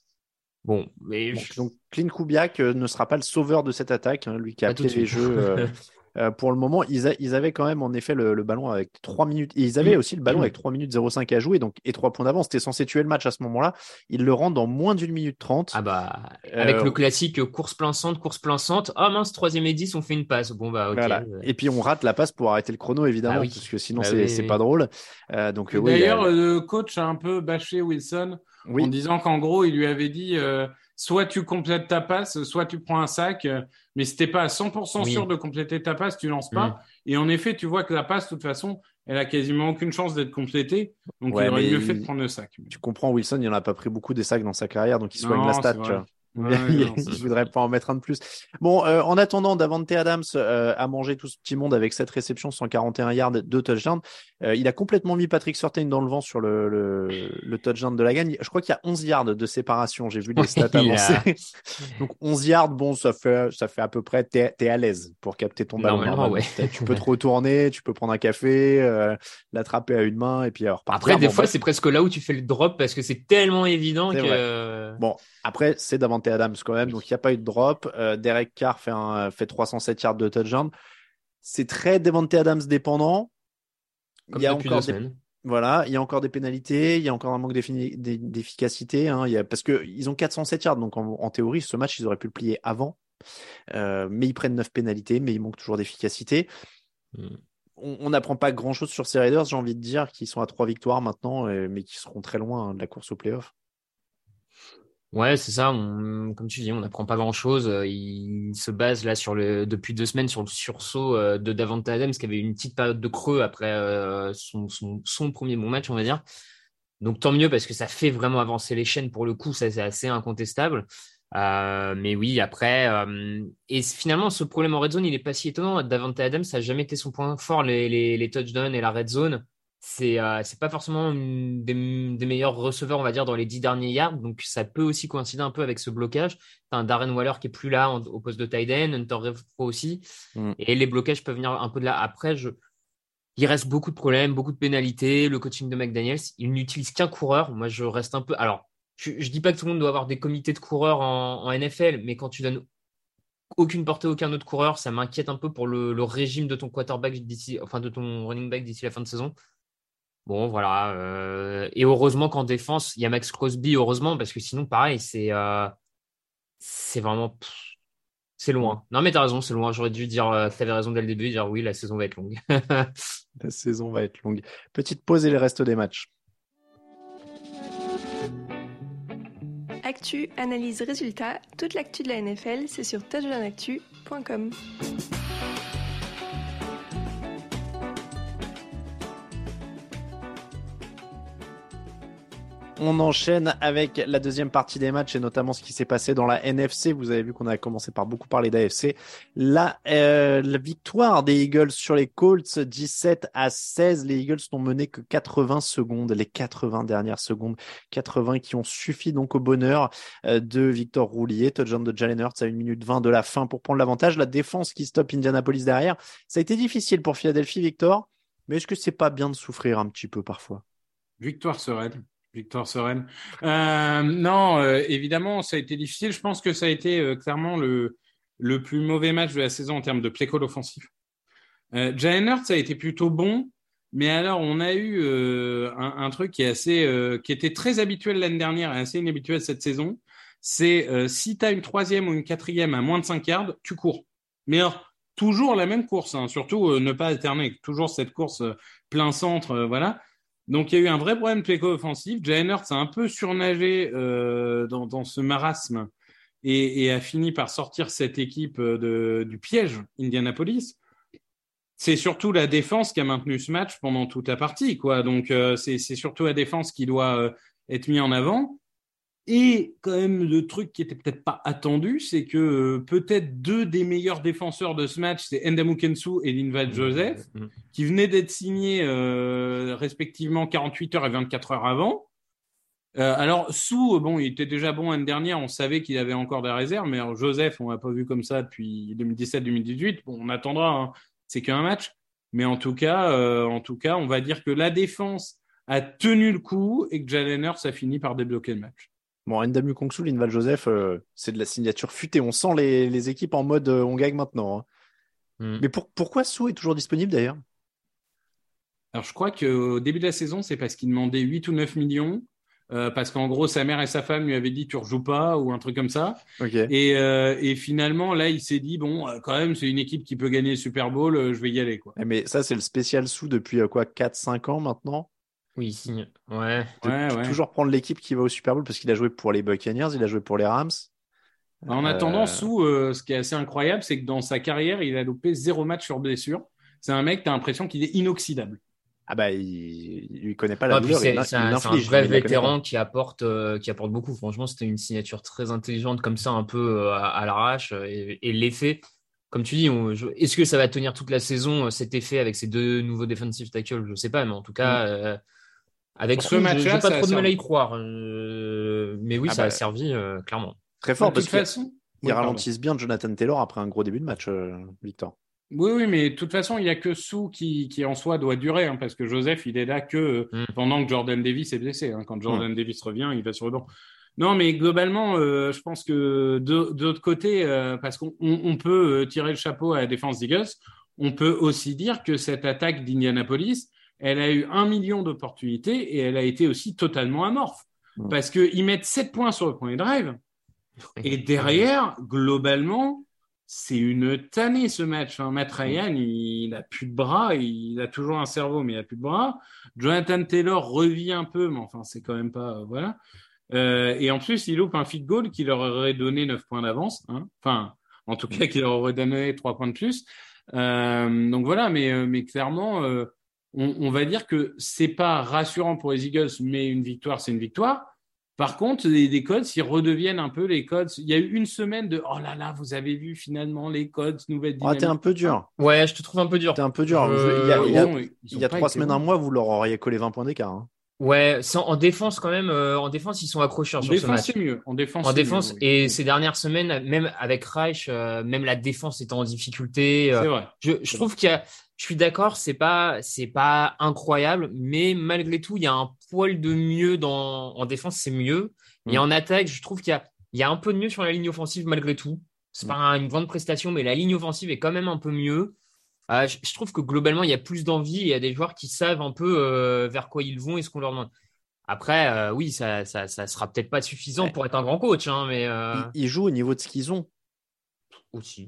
Bon, mais donc, donc Clint Kubiak euh, ne sera pas le sauveur de cette attaque, hein, lui qui a appelé les jeux. Euh, euh, pour le moment, ils, a, ils avaient quand même en effet le, le ballon avec trois minutes. Et ils avaient aussi le ballon avec trois minutes zéro cinq à jouer, donc et trois points d'avance. C'était censé tuer le match à ce moment-là. Ils le rendent en moins d'une minute trente. Ah bah, avec euh, le classique course plein centre, course plein centre. Ah mince, troisième et dix, on fait une passe. Bon bah ok. Voilà. Et puis on rate la passe pour arrêter le chrono évidemment, ah oui. parce que sinon bah c'est, oui, c'est oui. pas drôle. Euh, donc oui, d'ailleurs, la... le coach a un peu bâché Wilson oui. en disant qu'en gros il lui avait dit. Euh, Soit tu complètes ta passe, soit tu prends un sac, mais si t'es pas à cent pour cent oui. sûr de compléter ta passe, tu lances pas. Mmh. Et en effet, tu vois que la passe, de toute façon, elle a quasiment aucune chance d'être complétée. Donc, ouais, il aurait mieux il... fait de prendre le sac. Tu comprends, Wilson, il en a pas pris beaucoup des sacs dans sa carrière, donc il soigne non, la stat, tu vois. Ouais, il non, ne voudrait pas en mettre un de plus. Bon, euh, en attendant, Davante Adams euh, a mangé tout ce petit monde avec cette réception, cent quarante et un yards, deux touchdowns. Euh, il a complètement mis Patrick Surtain dans le vent sur le, le, le touchdown de la gagne. Je crois qu'il y a onze yards de séparation. J'ai vu les stats avancer. A... Donc onze yards, bon, ça fait, ça fait à peu près, t'es, t'es à l'aise pour capter ton ballon. Normalement, ouais. Tu peux te retourner, tu peux prendre un café, euh, l'attraper à une main et puis alors. Après, des bon, fois, bah... c'est presque là où tu fais le drop parce que c'est tellement évident c'est que. Vrai. Bon, après, c'est Davante Adams quand même, donc il n'y a pas eu de drop. Euh, Derek Carr fait, un, fait trois cent sept yards de touchdown. C'est très Davante Adams dépendant. Comme il y a depuis encore deux des... semaines. Voilà, il y a encore des pénalités, il y a encore un manque d'efficacité. Hein, il y a... Parce qu'ils ont quatre cent sept yards, donc en, en théorie, ce match, ils auraient pu le plier avant. Euh, mais ils prennent neuf pénalités, mais il manque toujours d'efficacité. Mm. On n'apprend pas grand-chose sur ces Raiders, j'ai envie de dire, qui sont à trois victoires maintenant, mais qui seront très loin hein, de la course au play-off. Ouais, c'est ça. On, comme tu dis, on n'apprend pas grand-chose. Il se base là sur le depuis deux semaines sur le sursaut de Davante Adams qui avait une petite période de creux après euh, son, son, son premier bon match, on va dire. Donc tant mieux parce que ça fait vraiment avancer les chaînes pour le coup. Ça c'est assez incontestable. Euh, mais oui, après euh, et finalement ce problème en red zone, il est pas si étonnant. Davante Adams, ça n'a jamais été son point fort les les, les touchdowns et la red zone. C'est euh, c'est pas forcément une des, des meilleurs receveurs on va dire dans les dix derniers yards, donc ça peut aussi coïncider un peu avec ce blocage. T'as un Darren Waller qui est plus là en, au poste de tight end, Hunter Renfrow aussi, mm. et les blocages peuvent venir un peu de là. Après, je il reste beaucoup de problèmes, beaucoup de pénalités. Le coaching de McDaniels, il n'utilise qu'un coureur. Moi, je reste un peu. Alors, je, je dis pas que tout le monde doit avoir des comités de coureurs en, en N F L, mais quand tu donnes aucune portée à aucun autre coureur, ça m'inquiète un peu pour le, le régime de ton quarterback d'ici, enfin de ton running back d'ici la fin de saison. Bon, voilà. Euh, et heureusement qu'en défense, il y a Max Crosby, heureusement, parce que sinon, pareil, c'est, euh, c'est vraiment. Pff, c'est loin. Non, mais t'as raison, c'est loin. J'aurais dû dire euh, que t'avais raison dès le début, dire oui, la saison va être longue. La saison va être longue. Petite pause et le reste des matchs. Actu, analyse, résultats, toute l'actu de la N F L, c'est sur touchdown actu point com. On enchaîne avec la deuxième partie des matchs et notamment ce qui s'est passé dans la N F C. Vous avez vu qu'on a commencé par beaucoup parler d'A F C. La, euh, la victoire des Eagles sur les Colts, dix-sept à seize. Les Eagles n'ont mené que quatre-vingts secondes, les quatre-vingts dernières secondes. quatre-vingts qui ont suffi donc au bonheur euh, de Victor Roulier. Touchdown de Jalen Hurts à une minute vingt de la fin pour prendre l'avantage. La défense qui stoppe Indianapolis derrière. Ça a été difficile pour Philadelphie, Victor. Mais est-ce que c'est pas bien de souffrir un petit peu parfois? Victoire sereine. Victoire sereine. Euh, non, euh, évidemment, ça a été difficile. Je pense que ça a été euh, clairement le, le plus mauvais match de la saison en termes de play call offensif. Euh, Jalen Hurts, ça a été plutôt bon, mais alors on a eu euh, un, un truc qui est assez, euh, qui était très habituel l'année dernière et assez inhabituel cette saison. C'est euh, si tu as une troisième ou une quatrième à moins de cinq yards, tu cours. Mais alors, toujours la même course, hein, surtout euh, ne pas alterner, toujours cette course euh, plein centre, euh, voilà. Donc, il y a eu un vrai problème de play call offensif. Jalen Hurts a un peu surnagé euh, dans, dans ce marasme et, et a fini par sortir cette équipe de, du piège Indianapolis. C'est surtout la défense qui a maintenu ce match pendant toute la partie, quoi. Donc, euh, c'est, c'est surtout la défense qui doit euh, être mise en avant. Et quand même, le truc qui était peut-être pas attendu, c'est que euh, peut-être deux des meilleurs défenseurs de ce match, c'est Ndamukong Suh et Linval Joseph, mmh. qui venaient d'être signés euh, respectivement quarante-huit heures et vingt-quatre heures avant. Euh, alors, Suh, bon, il était déjà bon l'année dernière, on savait qu'il avait encore des réserves, mais alors, Joseph, on l'a pas vu comme ça depuis deux mille dix-sept deux mille dix-huit. Bon, on attendra, hein. C'est qu'un match. Mais en tout cas, euh, en tout cas, on va dire que la défense a tenu le coup et que Jalen Hurts a fini par débloquer le match. Bon, Ndamukong Suh, Linval Joseph, euh, c'est de la signature futée. On sent les, les équipes en mode euh, on gagne maintenant. Hein. Mm. Mais pour, pourquoi Suh est toujours disponible d'ailleurs? Alors, je crois qu'au début de la saison, c'est parce qu'il demandait huit ou neuf millions. Euh, parce qu'en gros, sa mère et sa femme lui avaient dit tu rejoues pas ou un truc comme ça. Okay. Et, euh, et finalement, là, il s'est dit bon, quand même, c'est une équipe qui peut gagner le Super Bowl, euh, je vais y aller, quoi. Mais ça, c'est le spécial Suh depuis euh, quoi, quatre cinq ans maintenant? Oui, il signe. Ouais. De, ouais, ouais. Toujours prendre l'équipe qui va au Super Bowl parce qu'il a joué pour les Buccaneers, il a joué pour les Rams. En euh... attendant, Suh, euh, ce qui est assez incroyable, c'est que dans sa carrière, il a loupé zéro match sur blessure. C'est un mec, t'as l'impression qu'il est inoxydable. Ah bah, il, il lui connaît pas la ah, douleur. C'est, il, c'est, un, c'est un vrai vétéran qui apporte, euh, qui apporte beaucoup. Franchement, c'était une signature très intelligente comme ça, un peu euh, à, à l'arrache. Et, et l'effet, comme tu dis, on, je, est-ce que ça va tenir toute la saison, cet effet avec ces deux nouveaux defensive tackles? Je sais pas, mais en tout cas, mmh. euh, avec ce match, j'ai pas trop de mal à y croire. Euh, mais oui, ah ça bah, a servi euh, clairement. Très fort de parce toute façon. Ils oui, ralentissent bien Jonathan Taylor après un gros début de match, euh, Victor. Oui, oui, mais de toute façon, il n'y a que Suh qui, qui en soi doit durer, hein, parce que Joseph, il est là que mm. pendant que Jordan Davis est blessé. Hein. Quand Jordan mm. Davis revient, il va sur le banc. Non, mais globalement, euh, je pense que de, de l'autre côté, euh, parce qu'on on, on peut tirer le chapeau à la défense d'Eagles, on peut aussi dire que cette attaque d'Indianapolis, elle a eu un million d'opportunités et elle a été aussi totalement amorphe. Mm. Parce qu'ils mettent sept points sur le premier drive. Et derrière, globalement, c'est une tannée ce match. Hein. Matt Ryan, il n'a plus de bras, il a toujours un cerveau, mais il n'a plus de bras. Jonathan Taylor revit un peu, mais enfin, c'est quand même pas... Euh, voilà. Euh, et en plus, il loupe un field goal qui leur aurait donné neuf points d'avance. Hein. Enfin, en tout cas, qui leur aurait donné trois points de plus. Euh, donc voilà, mais, mais clairement, euh, on, on va dire que c'est pas rassurant pour les Eagles, mais une victoire, c'est une victoire. Par contre, les, les Colts, ils redeviennent un peu les Colts. Il y a eu une semaine de « Oh là là, vous avez vu finalement les Colts, nouvelle dynamique. » Ah, t'es un peu dur. Ouais, je te trouve un peu dur. T'es un peu dur. Euh, il y a, il y a, bon, il y a trois semaines, bons. un mois, vous leur auriez collé vingt points d'écart. Hein. Ouais, sans, en défense quand même. Euh, en défense, ils sont accrocheurs en sur défense, ce match. C'est mieux. En défense, en c'est défense. mieux, oui. Et oui. ces dernières semaines, même avec Reich, euh, même la défense était en difficulté. Euh, c'est vrai. Je, je c'est trouve vrai. qu'il y a. Je suis d'accord, c'est pas, c'est pas incroyable, mais malgré tout, il y a un poil de mieux dans, en défense, c'est mieux. Et mmh. en attaque, je trouve qu'il y a, il y a un peu de mieux sur la ligne offensive malgré tout. C'est mmh. pas une grande prestation, mais la ligne offensive est quand même un peu mieux. Euh, je, je trouve que globalement, il y a plus d'envie et il y a des joueurs qui savent un peu euh, vers quoi ils vont et ce qu'on leur demande. Après, euh, oui, ça, ça, ça sera peut-être pas suffisant ouais. pour être un grand coach, hein, mais euh... ils, ils jouent au niveau de ce qu'ils ont. Aussi.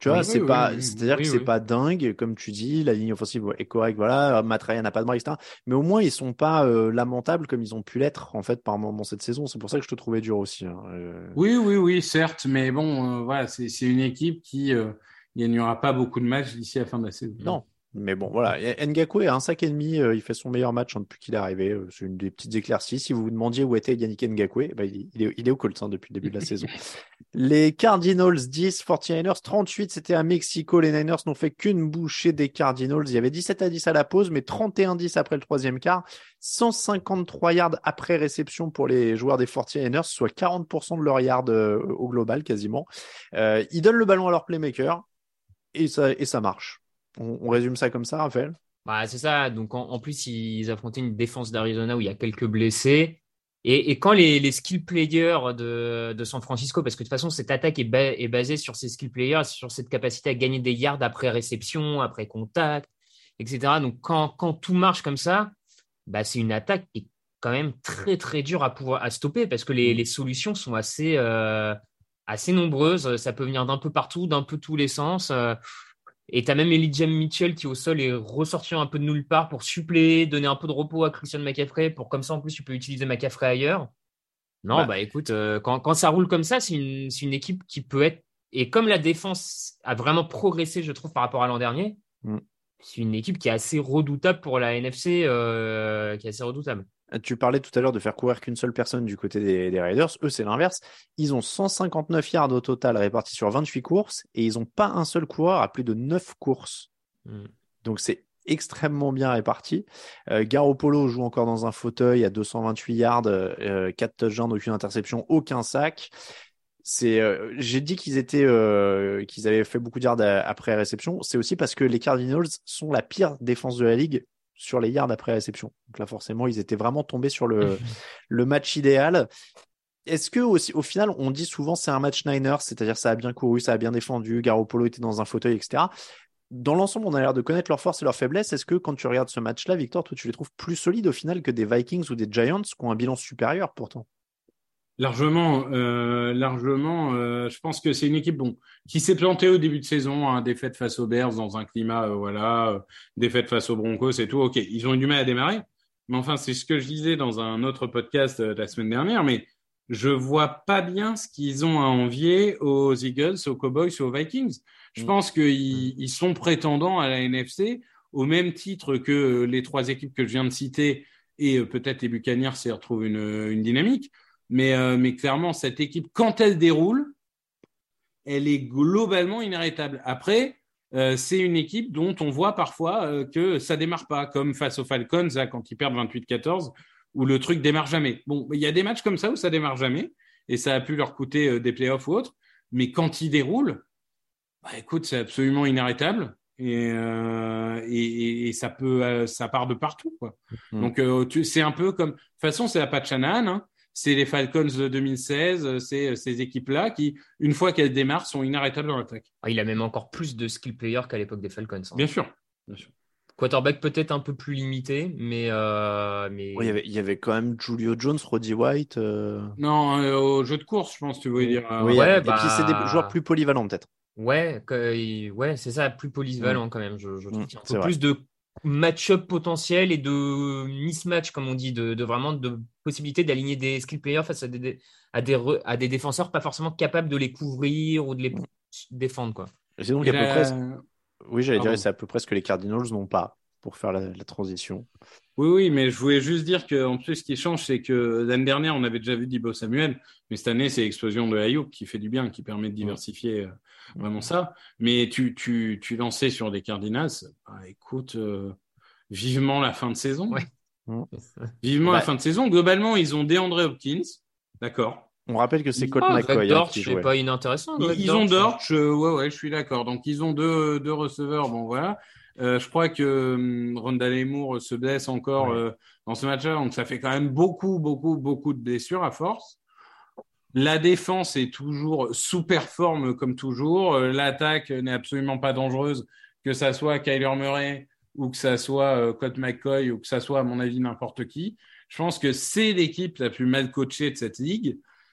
Tu vois, Oui, c'est oui, pas, oui, oui, c'est-à-dire oui, que c'est oui. pas dingue, comme tu dis, la ligne offensive est correcte, voilà, Matt Ryan n'a pas de bras, et cetera. Mais au moins, ils sont pas euh, lamentables comme ils ont pu l'être, en fait, par moment cette saison. C'est pour ça que je te trouvais dur aussi. Hein. Euh, Oui, oui, oui, certes, mais bon, euh, voilà, c'est c'est une équipe qui euh, gagnera pas beaucoup de matchs d'ici la fin de la saison. Non. Mais bon, voilà. Et Ngakou est à un sac et demi, euh, il fait son meilleur match hein, depuis qu'il est arrivé. Euh, c'est une des petites éclaircies. Si vous vous demandiez où était Yannick Ngakou, eh ben, il, il est, il est au Colts hein, depuis le début de la saison. Les Cardinals dix, forty-niners trente-huit, c'était à Mexico. Les Niners n'ont fait qu'une bouchée des Cardinals. Il y avait dix-sept à dix à la pause, mais trente et un dix après le troisième quart. cent cinquante-trois yards après réception pour les joueurs des forty-niners, soit quarante pour cent de leur yards euh, au global quasiment. Euh, ils donnent le ballon à leur playmaker et ça, et ça marche. On, on résume ça comme ça, Raphaël? Bah, c'est ça. Donc, en, en plus, ils affrontaient une défense d'Arizona où il y a quelques blessés. Et, et quand les, les skill players de, de San Francisco, parce que de toute façon, cette attaque est, ba- est basée sur ces skill players, sur cette capacité à gagner des yards après réception, après contact, et cetera. Donc, quand, quand tout marche comme ça, bah, c'est une attaque qui est quand même très, très dure à pouvoir à stopper parce que les, les solutions sont assez, euh, assez nombreuses. Ça peut venir d'un peu partout, d'un peu tous les sens. Euh, Et tu as même Elijah Mitchell qui au sol est ressorti un peu de nulle part pour suppléer, donner un peu de repos à Christian McCaffrey pour comme ça en plus tu peux utiliser McCaffrey ailleurs. Non, Bah, bah écoute, euh, quand, quand ça roule comme ça, c'est une, c'est une équipe qui peut être. Et comme la défense a vraiment progressé, je trouve, par rapport à l'an dernier, mm. c'est une équipe qui est assez redoutable pour la N F C, euh, qui est assez redoutable. Tu parlais tout à l'heure de faire courir qu'une seule personne du côté des, des Raiders. Eux, c'est l'inverse. Ils ont cent cinquante-neuf yards au total répartis sur vingt-huit courses et ils n'ont pas un seul coureur à plus de neuf courses. Mm. Donc, c'est extrêmement bien réparti. Euh, Garoppolo joue encore dans un fauteuil à deux cent vingt-huit yards, euh, quatre touchdowns, aucune interception, aucun sac. C'est, euh, j'ai dit qu'ils étaient, euh, qu'ils avaient fait beaucoup de yards à- après réception. C'est aussi parce que les Cardinals sont la pire défense de la ligue sur les yards après réception. Donc là, forcément, ils étaient vraiment tombés sur le, le match idéal. Est-ce que aussi, au final, on dit souvent c'est un match Niners, c'est-à-dire ça a bien couru, ça a bien défendu, Garoppolo était dans un fauteuil, et cetera. Dans l'ensemble, on a l'air de connaître leurs forces et leurs faiblesses. Est-ce que quand tu regardes ce match-là, Victor, toi, tu les trouves plus solides au final que des Vikings ou des Giants qui ont un bilan supérieur pourtant? Largement, euh, largement. Euh, je pense que c'est une équipe bon qui s'est plantée au début de saison, hein, défaite face aux Bears dans un climat, euh, voilà, euh, défaite face aux Broncos et tout. Ok, ils ont eu du mal à démarrer, mais enfin c'est ce que je disais dans un autre podcast euh, la semaine dernière. Mais je vois pas bien ce qu'ils ont à envier aux Eagles, aux Cowboys, aux Vikings. Je Mm. pense qu'ils ils sont prétendants à la N F C au même titre que les trois équipes que je viens de citer et euh, peut-être les Buccaneers s'y retrouvent une, une dynamique. Mais, euh, mais clairement, cette équipe, quand elle déroule, elle est globalement inarrêtable. Après, euh, c'est une équipe dont on voit parfois euh, que ça démarre pas, comme face aux Falcons, là, quand ils perdent vingt-huit quatorze, où le truc démarre jamais. Bon, il y a des matchs comme ça où ça démarre jamais, et ça a pu leur coûter euh, des playoffs ou autres, mais quand ils déroulent, bah, écoute, c'est absolument inarrêtable. Et, euh, et, et ça peut, euh, ça part de partout, quoi. Mm. Donc, euh, tu, c'est un peu comme, de toute façon, c'est la Pat Shanahan, hein. C'est les Falcons de deux mille seize, c'est ces équipes-là qui, une fois qu'elles démarrent, sont inarrêtables dans l'attaque. Ah, il a même encore plus de skill players qu'à l'époque des Falcons. Hein. Bien sûr, bien sûr. Quarterback peut-être un peu plus limité, mais, euh, mais... Ouais, il y avait, il y avait quand même Julio Jones, Roddy White. euh, Non, euh, au jeu de course, je pense, tu veux Oui, dire. euh, oui, Ouais, et puis c'est des joueurs bah plus polyvalents peut-être. ouais, que- ouais, c'est ça, plus Mm. polyvalent quand même. Je, je trouve Mm, qu'il y a un c'est peu vrai. plus de match-up potentiel et de mismatch, comme on dit, de, de vraiment de possibilité d'aligner des skill players face à des, à des, re- à des défenseurs pas forcément capables de les couvrir ou de les Mm. défendre, quoi. Et c'est donc Et à peu près. la... Oui, j'allais dire, Pardon. c'est à peu près ce que les Cardinals n'ont pas pour faire la, la transition. Oui, oui, mais je voulais juste dire qu'en plus, ce qui change, c'est que l'année dernière, on avait déjà vu Deebo Samuel, mais cette année, c'est l'explosion de Ayuk qui fait du bien, qui permet de diversifier euh, vraiment ça. Mais tu, tu, tu lançais sur des Cardinals, bah, écoute, euh, vivement la fin de saison. Ouais. Mm. Vivement Bah, la fin de saison. Globalement, ils ont DeAndre Hopkins, d'accord. on rappelle que c'est Colt Ah, Greg McCoy hein, Dortch, qui c'est jouait. pas inintéressant, Ils, Greg ils ont Dortch. Dortch, euh, ouais, ouais, je suis d'accord. Donc, ils ont deux, deux receveurs, bon, voilà. Euh, je crois que hum, Rondale Moore se blesse encore Ouais. euh, dans ce match-là, donc ça fait quand même beaucoup, beaucoup, beaucoup de blessures à force. La défense est toujours sous-performe comme toujours. Euh, L'attaque n'est absolument pas dangereuse, que ça soit Kyler Murray ou que ça soit euh, Colt McCoy ou que ça soit, à mon avis, n'importe qui. Je pense que c'est l'équipe la plus mal coachée de cette ligue.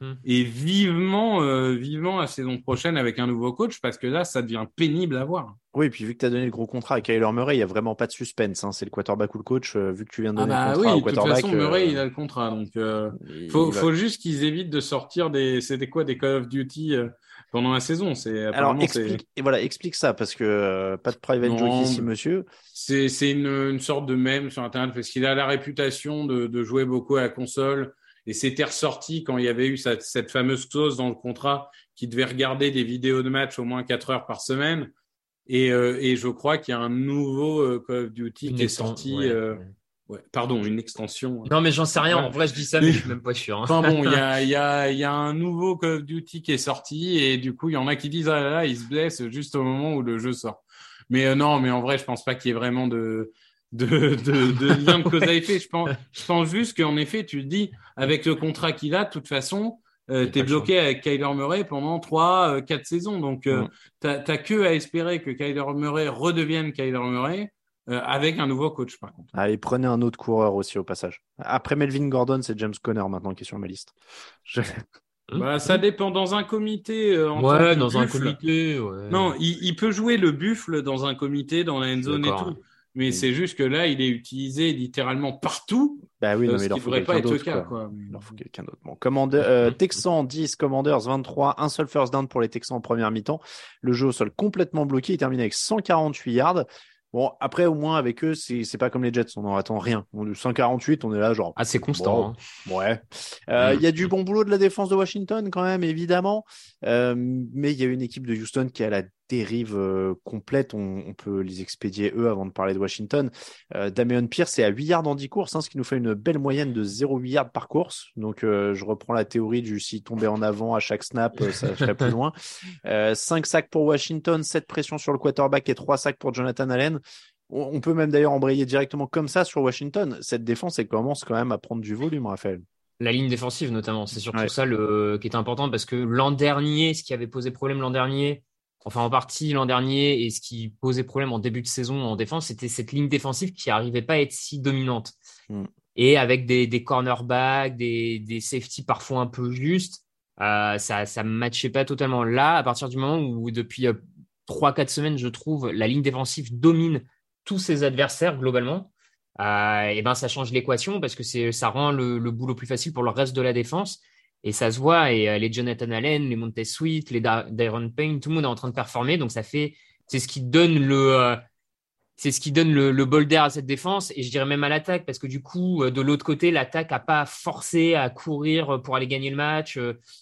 Mmh. Et vivement, euh, vivement la saison prochaine avec un nouveau coach, parce que là, ça devient pénible à voir. Oui, et puis vu que tu as donné le gros contrat à Kyler Murray, il n'y a vraiment pas de suspense. Hein. C'est le quarterback ou le coach. Euh, vu que tu viens de donner ah bah le contrat oui, au quarterback. De toute façon, Murray, euh... il a le contrat. Donc, euh, il, faut, il va... faut juste qu'ils évitent de sortir des. C'était quoi, des Call of Duty euh, pendant la saison. C'est, Alors, apparemment, explique, c'est... et voilà, explique ça, parce que euh, pas de private joke ici, monsieur. C'est, c'est une, une sorte de mème sur Internet, parce qu'il a la réputation de, de jouer beaucoup à la console. Et c'était ressorti quand il y avait eu cette, cette fameuse clause dans le contrat qui devait regarder des vidéos de match au moins quatre heures par semaine. Et, euh, et je crois qu'il y a un nouveau euh, Call of Duty une qui exten- est sorti. ouais, euh, ouais. Ouais, pardon, une extension. Non, mais j'en sais rien. Ouais. En vrai, je dis ça, mais, mais je suis même pas sûr. Hein. Enfin bon, il y a, il y a, il y a un nouveau Call of Duty qui est sorti et du coup, il y en a qui disent ah là là, il se blesse juste au moment où le jeu sort. Mais euh, non, mais en vrai, je pense pas qu'il y ait vraiment de de de, de lien de cause à effet. Je pense, je pense juste qu'en effet, tu le dis, avec le contrat qu'il a, de toute façon, euh, t'es bloqué avec Kyler Murray pendant trois, euh, quatre saisons. Donc, euh, mm. t'as, t'as que à espérer que Kyler Murray redevienne Kyler Murray. Euh, avec un nouveau coach, par contre. Allez, prenez un autre coureur aussi au passage. Après Melvin Gordon, c'est James Conner maintenant qui est sur ma liste. Je... Bah, ça dépend. Dans un comité, euh, en ouais, tant que dans buffle, un comité. Ouais. Non, il, il peut jouer le buffle dans un comité, dans la end zone et tout. Mais oui. C'est juste que là, il est utilisé littéralement partout. Bah oui, non, euh, mais ce il leur qui faut devrait pas être le d'autre, cas. Quoi. Quoi. Il leur faut quelqu'un d'autre. Bon, Commander, euh, Texans dix, Commanders vingt-trois, un seul first down pour les Texans en première mi-temps. Le jeu au sol complètement bloqué. Il termine avec cent quarante-huit yards. Bon, après, au moins, avec eux, c'est, c'est pas comme les Jets, on n'en attend rien. On, cent quarante-huit, on est là, genre. Ah, c'est constant. Bon, hein. Ouais. Il euh, mmh. y a du bon boulot de la défense de Washington, quand même, évidemment. Euh, mais il y a une équipe de Houston qui a la dérive euh, complète. On, on peut les expédier, eux, avant de parler de Washington. Euh, Dameon Pierce est à huit yards en dix courses, hein, ce qui nous fait une belle moyenne de zéro virgule huit yards par course. Donc, euh, je reprends la théorie du s'il tombait en avant à chaque snap, ça serait plus loin. Euh, cinq sacs pour Washington, sept pressions sur le quarterback et trois sacs pour Jonathan Allen. On peut même d'ailleurs embrayer directement comme ça sur Washington. Cette défense, elle commence quand même à prendre du volume, Raphaël. La ligne défensive, notamment. C'est surtout ouais. ça le, qui est important parce que l'an dernier, ce qui avait posé problème l'an dernier, enfin en partie l'an dernier, et ce qui posait problème en début de saison en défense, c'était cette ligne défensive qui n'arrivait pas à être si dominante. Mm. Et avec des, des cornerbacks, des, des safety parfois un peu justes, euh, ça ne matchait pas totalement. Là, à partir du moment où depuis euh, trois quatre semaines, je trouve, la ligne défensive domine tous ses adversaires globalement, euh, et ben ça change l'équation parce que c'est ça rend le, le boulot plus facile pour le reste de la défense et ça se voit et euh, les Jonathan Allen, les Montez Sweat, les da- Dairon Payne, tout le monde est en train de performer donc ça fait c'est ce qui donne le euh, c'est ce qui donne le, le bol d'air à cette défense et je dirais même à l'attaque parce que du coup de l'autre côté l'attaque a pas forcé à courir pour aller gagner le match.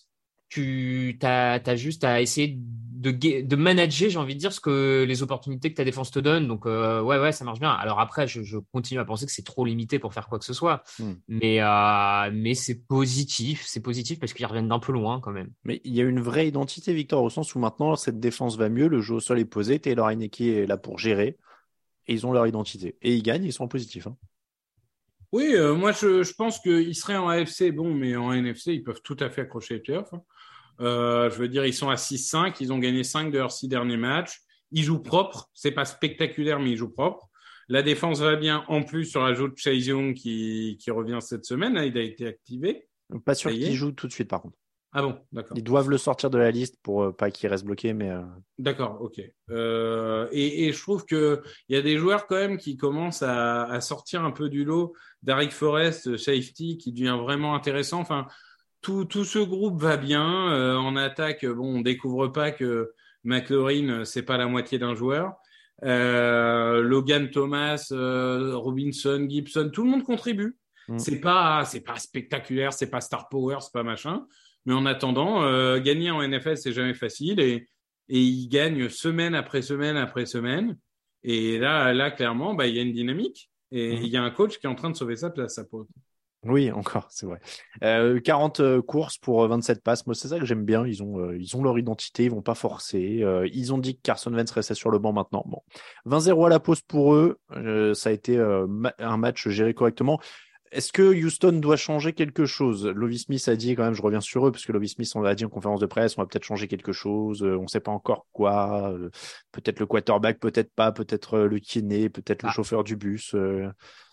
Tu t'as, t'as juste à essayer de, de manager, j'ai envie de dire, ce que les opportunités que ta défense te donne. Donc, euh, ouais, ouais, ça marche bien. Alors après, je, je continue à penser que c'est trop limité pour faire quoi que ce soit. Mm. Mais, euh, mais c'est positif. C'est positif parce qu'ils reviennent d'un peu loin quand même. Mais il y a une vraie identité, Victor, au sens où maintenant, cette défense va mieux. Le jeu au sol est posé. Taylor Heinicke est là pour gérer. Et ils ont leur identité. Et ils gagnent, ils sont positifs. Hein. Oui, euh, moi, je, je pense qu'ils seraient en A F C, bon, mais en N F C, ils peuvent tout à fait accrocher les playoffs. Hein. Euh, je veux dire, ils sont à six cinq, ils ont gagné cinq de leurs six derniers matchs. Ils jouent propre, c'est pas spectaculaire, mais ils jouent propre. La défense va bien, en plus sur l'ajout de Chase Young qui, qui revient cette semaine, là, il a été activé. Pas sûr qu'il joue tout de suite, par contre. Ah bon, d'accord. Ils doivent le sortir de la liste pour euh, pas qu'il reste bloqué, mais. Euh... D'accord, ok. Euh, et, et je trouve que il y a des joueurs quand même qui commencent à, à sortir un peu du lot. Darrick Forrest, safety, qui devient vraiment intéressant. Enfin. Tout, tout ce groupe va bien. Euh, en attaque, bon, on découvre pas que McLaurin, c'est pas la moitié d'un joueur. Euh, Logan Thomas, euh, Robinson, Gibson, tout le monde contribue. Mm. C'est pas, c'est pas spectaculaire, c'est pas star power, c'est pas machin. Mais en attendant, euh, gagner en N F L, c'est jamais facile et, et ils gagnent semaine après semaine après semaine. Et là, là, clairement, bah, il y a une dynamique et il mm. y a un coach qui est en train de sauver sa place, sa peau. Oui, encore, c'est vrai. Euh, quarante euh, courses pour euh, vingt-sept passes. Moi, c'est ça que j'aime bien. Ils ont, euh, ils ont leur identité, ils vont pas forcer. Euh, ils ont dit que Carson Wentz restait sur le banc maintenant. Bon, vingt zéro à la pause pour eux. Euh, ça a été euh, ma- un match géré correctement. Est-ce que Houston doit changer quelque chose? Lovie Smith a dit quand même, je reviens sur eux, parce que Lovie Smith, on l'a dit en conférence de presse, on va peut-être changer quelque chose. Euh, on sait pas encore quoi. Euh, peut-être le quarterback, peut-être pas. Peut-être euh, le kiné, peut-être ah. le chauffeur du bus. Euh...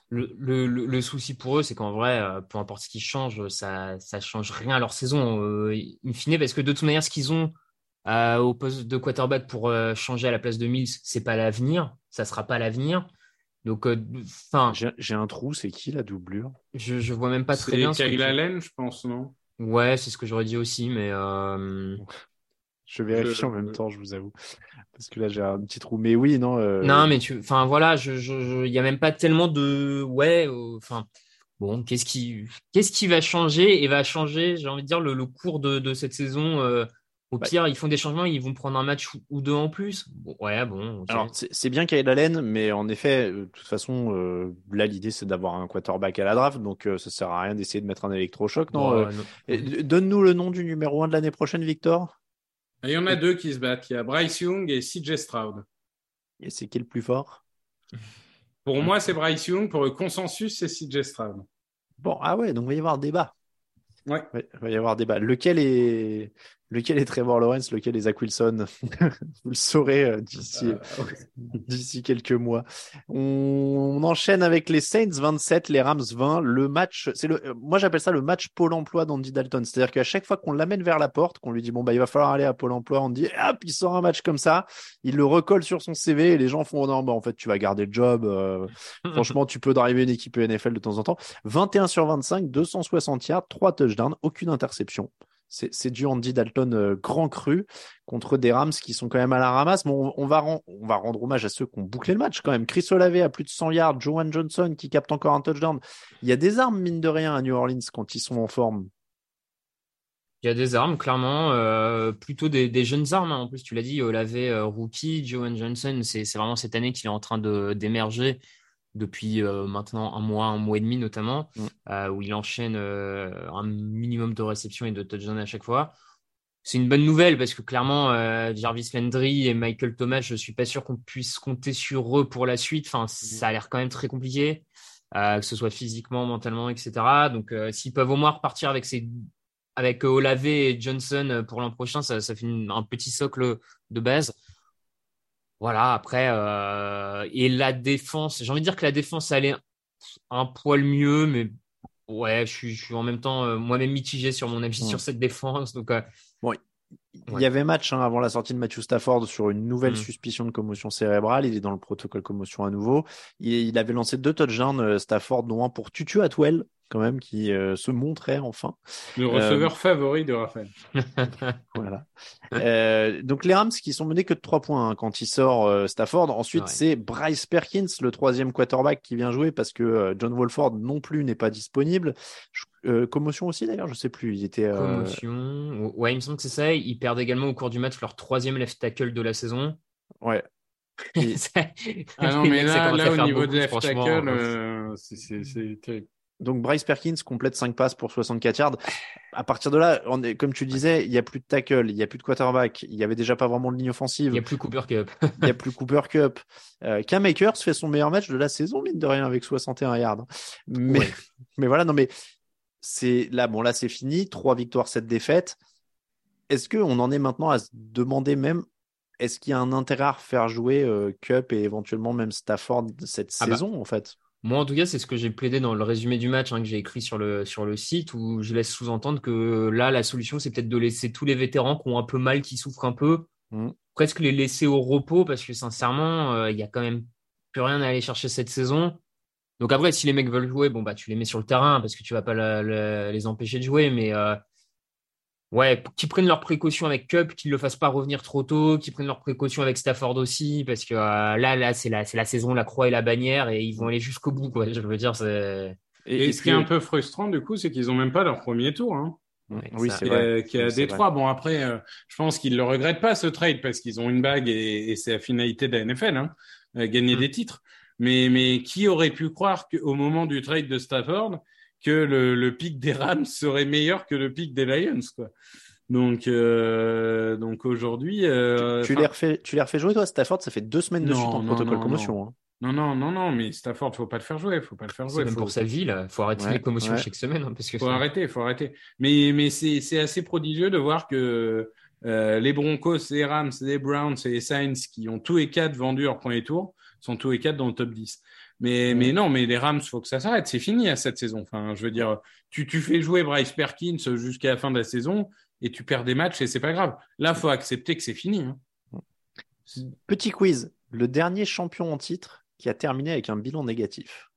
Le, le, le, le souci pour eux, c'est qu'en vrai, euh, peu importe ce qui change, ça ça change rien à leur saison, euh, in fine, parce que de toute manière, ce qu'ils ont euh, au poste de quarterback pour euh, changer à la place de Mills, c'est pas l'avenir, ça sera pas l'avenir. Donc, enfin, euh, J'ai, j'ai un trou, c'est qui la doublure? je je vois même pas très C'est bien ce que Kyle tu... Allen, je pense, non? Ouais, c'est ce que j'aurais dit aussi, mais euh... Je Je... vérifie en même temps, je vous avoue. Parce que là, j'ai un petit trou. Mais oui, non. euh, non, mais tu, enfin voilà, je, je, je- il y a même pas tellement de, ouais, euh, enfin, bon, qu'est-ce qui, qu'est-ce qui va changer et va changer, j'ai envie de dire le, le cours de, de cette saison. euh, au bah, pire, ils font des changements, ils vont prendre un match ou, ou deux en plus. Bon, ouais, bon, ok. alors, c'est, c'est bien Kyle Allen, mais en effet, euh, de toute façon, euh, là, l'idée, c'est d'avoir un quarterback à la draft. Donc, euh, ça sert à rien d'essayer de mettre un électrochoc, non? euh, Bon, non. et d- Donne-nous le nom du numéro un de l'année prochaine, Victor. Il y en a deux qui se battent. Il y a Bryce Young et C J Stroud. Et c'est qui le plus fort? Pour moi, c'est Bryce Young. Pour le consensus, c'est C J Stroud. Bon, ah ouais, donc il va y avoir débat. Ouais. Ouais, il va y avoir débat. Lequel est, lequel est Trevor Lawrence, lequel est Zach Wilson? Vous le saurez euh, d'ici, Euh, ouais. d'ici quelques mois. On, on enchaîne avec les Saints vingt-sept, les Rams vingt. Le match, c'est le, euh, moi j'appelle ça le match Pôle emploi d'Andy Dalton. C'est-à-dire qu'à chaque fois qu'on l'amène vers la porte, qu'on lui dit bon bah il va falloir aller à Pôle emploi, on dit hop, il sort un match comme ça, il le recolle sur son C V et les gens font non bah en fait tu vas garder le job. euh, franchement tu peux driver une équipe N F L de temps en temps. vingt et un sur vingt-cinq, deux cent soixante yards, trois touchdowns, aucune interception. C'est, c'est du Andy Dalton euh, grand cru contre des Rams qui sont quand même à la ramasse. Mais on, on va, ren- on va rendre hommage à ceux qui ont bouclé le match quand même. Chris Olave à plus de cent yards, Joan Johnson qui capte encore un touchdown. Il y a des armes, mine de rien, à New Orleans quand ils sont en forme. Il y a des armes, clairement, euh, plutôt des, des jeunes armes, hein. En plus, tu l'as dit, Olave, euh, rookie, Joan Johnson, c'est, c'est vraiment cette année qu'il est en train de, d'émerger depuis euh, maintenant un mois, un mois et demi notamment, Mm. euh, où il enchaîne euh, un minimum de réceptions et de touchdowns à chaque fois. C'est une bonne nouvelle parce que clairement, euh, Jarvis Landry et Michael Thomas, je suis pas sûr qu'on puisse compter sur eux pour la suite. Enfin, ça a l'air quand même très compliqué, euh, que ce soit physiquement, mentalement, et cetera. Donc, euh, s'ils peuvent au moins repartir avec ces, avec euh, Olave et Johnson euh, pour l'an prochain, ça, ça fait une- un petit socle de base. Voilà, après, euh, et la défense, j'ai envie de dire que la défense allait un poil mieux, mais ouais, je suis, je suis en même temps euh, moi-même mitigé sur mon avis Mm. sur cette défense. Donc, euh, Bon, il ouais. y avait match hein, avant la sortie de Matthew Stafford sur une nouvelle Mm. suspicion de commotion cérébrale. Il est dans le protocole commotion à nouveau. Il, il avait lancé deux touchdowns, euh, Stafford, dont un pour Tutu Atwell, quand même, qui euh, se montrait enfin. Le receveur euh... favori de Raphaël. Voilà. Euh, donc les Rams qui sont menés que de trois points hein, quand il sort euh, Stafford. Ensuite, ouais. C'est Bryce Perkins, le troisième quarterback, qui vient jouer parce que euh, John Wolford non plus n'est pas disponible. Je, euh, commotion aussi d'ailleurs, je sais plus. Il était euh... commotion. Ouais, il me semble que c'est ça. Ils perdent également au cours du match leur troisième left tackle de la saison. Ouais. Et... ah non mais là, là au niveau de left tackle, euh, c'est, c'est, c'est terrible. Donc Bryce Perkins complète cinq passes pour soixante-quatre yards. À partir de là, on est, comme tu disais, il n'y a plus de tackle, il n'y a plus de quarterback, il n'y avait déjà pas vraiment de ligne offensive. Il n'y a plus Cooper Kupp. Il n'y a plus Cooper Kupp. Euh, Cam Akers fait son meilleur match de la saison, mine de rien, avec soixante et un yards. Mais, ouais. mais voilà, non mais c'est là, bon là c'est fini, trois victoires, sept défaites. Est-ce qu'on en est maintenant à se demander même, est-ce qu'il y a un intérêt à refaire jouer euh, Kupp et éventuellement même Stafford cette ah saison bah. en fait? Moi, en tout cas, c'est ce que j'ai plaidé dans le résumé du match hein, que j'ai écrit sur le, sur le site où je laisse sous-entendre que là, la solution, c'est peut-être de laisser tous les vétérans qui ont un peu mal, qui souffrent un peu, mmh. presque les laisser au repos parce que sincèrement, il euh, y a quand même plus rien à aller chercher cette saison. Donc après, si les mecs veulent jouer, bon, bah, tu les mets sur le terrain parce que tu vas pas la, la, les empêcher de jouer, mais euh, ouais, qu'ils prennent leurs précautions avec Kupp, qu'ils le fassent pas revenir trop tôt, qu'ils prennent leurs précautions avec Stafford aussi, parce que euh, là, là, c'est la, c'est la saison, la croix et la bannière, et ils vont aller jusqu'au bout, quoi. Je veux dire, c'est. Et, et, et ce qui est un peu frustrant, du coup, c'est qu'ils ont même pas leur premier tour, hein. Ouais, oui, ça, c'est vrai. Euh, qui est à Détroit. Bon, après, euh, je pense qu'ils le regrettent pas, ce trade, parce qu'ils ont une bague et, et c'est la finalité de la N F L, hein, euh, gagner mmh. des titres. Mais, mais qui aurait pu croire qu'au moment du trade de Stafford, que le, le pic des Rams serait meilleur que le pic des Lions, quoi. Donc, euh, donc aujourd'hui, euh, tu, tu les refais, tu les refais jouer toi, Stafford. Ça fait deux semaines de non, suite en non, protocole non, commotion. Non. Hein. non, non, non, non, mais Stafford, faut pas le faire jouer, faut pas le faire jouer. C'est même faut... pour sa vie là, faut arrêter ouais, les commotions ouais. chaque semaine, hein, parce que faut ça... arrêter, faut arrêter. Mais, mais c'est, c'est assez prodigieux de voir que euh, les Broncos, les Rams, les Browns et les Saints qui ont tous les quatre vendu leur premier tour sont tous les quatre dans le top dix. Mais, Mm. mais non, mais les Rams, faut que ça s'arrête. C'est fini à cette saison. Enfin, je veux dire, tu, tu fais jouer Bryce Perkins jusqu'à la fin de la saison et tu perds des matchs et c'est pas grave. Là, faut accepter que c'est fini. Hein. Petit quiz. Le dernier champion en titre qui a terminé avec un bilan négatif.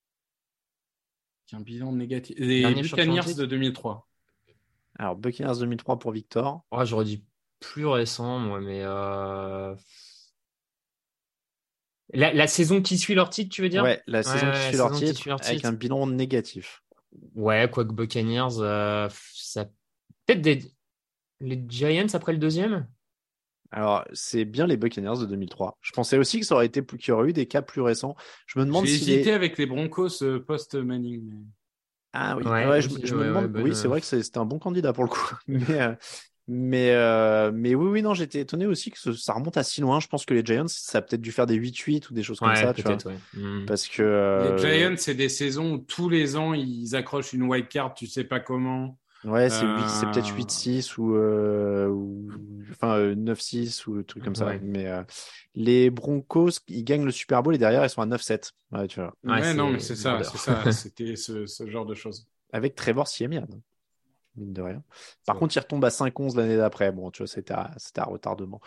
Un bilan négatif. Les Dernier champion en Buccaneers titre. de deux mille trois. Alors, Buccaneers deux mille trois pour Victor. Oh, j'aurais dit plus récent, moi, mais euh... la, la saison qui suit leur titre, tu veux dire? Ouais, la saison Ouais, qui ouais, suit la leur saison qui titre suit leur avec titre. un bilan négatif. Ouais, quoique Buccaneers, euh, ça peut-être des les Giants après le deuxième. Alors, c'est bien les Buccaneers de deux mille trois. Je pensais aussi que ça aurait été plus, qu'il y aurait eu des cas plus récents. Je me demande J'ai si hésité les... avec les Broncos euh, post-Manning. Mais... Ah oui, Ouais, ouais, je, aussi, je me ouais, demande. ouais, bonne, Oui, c'est euh, vrai que c'est- c'était un bon candidat pour le coup. Mais, euh, mais, euh, mais oui, oui, non, j'étais étonné aussi que ce- ça remonte à si loin. Je pense que les Giants, ça a peut-être dû faire des huit huit ou des choses comme Ouais, ça, tu vois. peut-être, ouais. Hmm. Parce que. Les euh, Giants, c'est des saisons où tous les ans, ils accrochent une wild card, tu sais pas comment. Ouais, c'est Euh, huit, c'est peut-être huit six ou, euh, ou enfin euh, neuf six ou un truc comme ça. Ouais. Mais euh, les Broncos, ils gagnent le Super Bowl et derrière ils sont à neuf sept. Ouais, tu vois. Ouais, Ouais, non, c'est mais c'est ça, border. c'est ça. C'était ce, ce genre de choses. Avec Trevor Siemian, mine de rien. Par C'est contre, il retombe à cinq onze l'année d'après. Bon, tu vois, c'était à, c'était à retardement.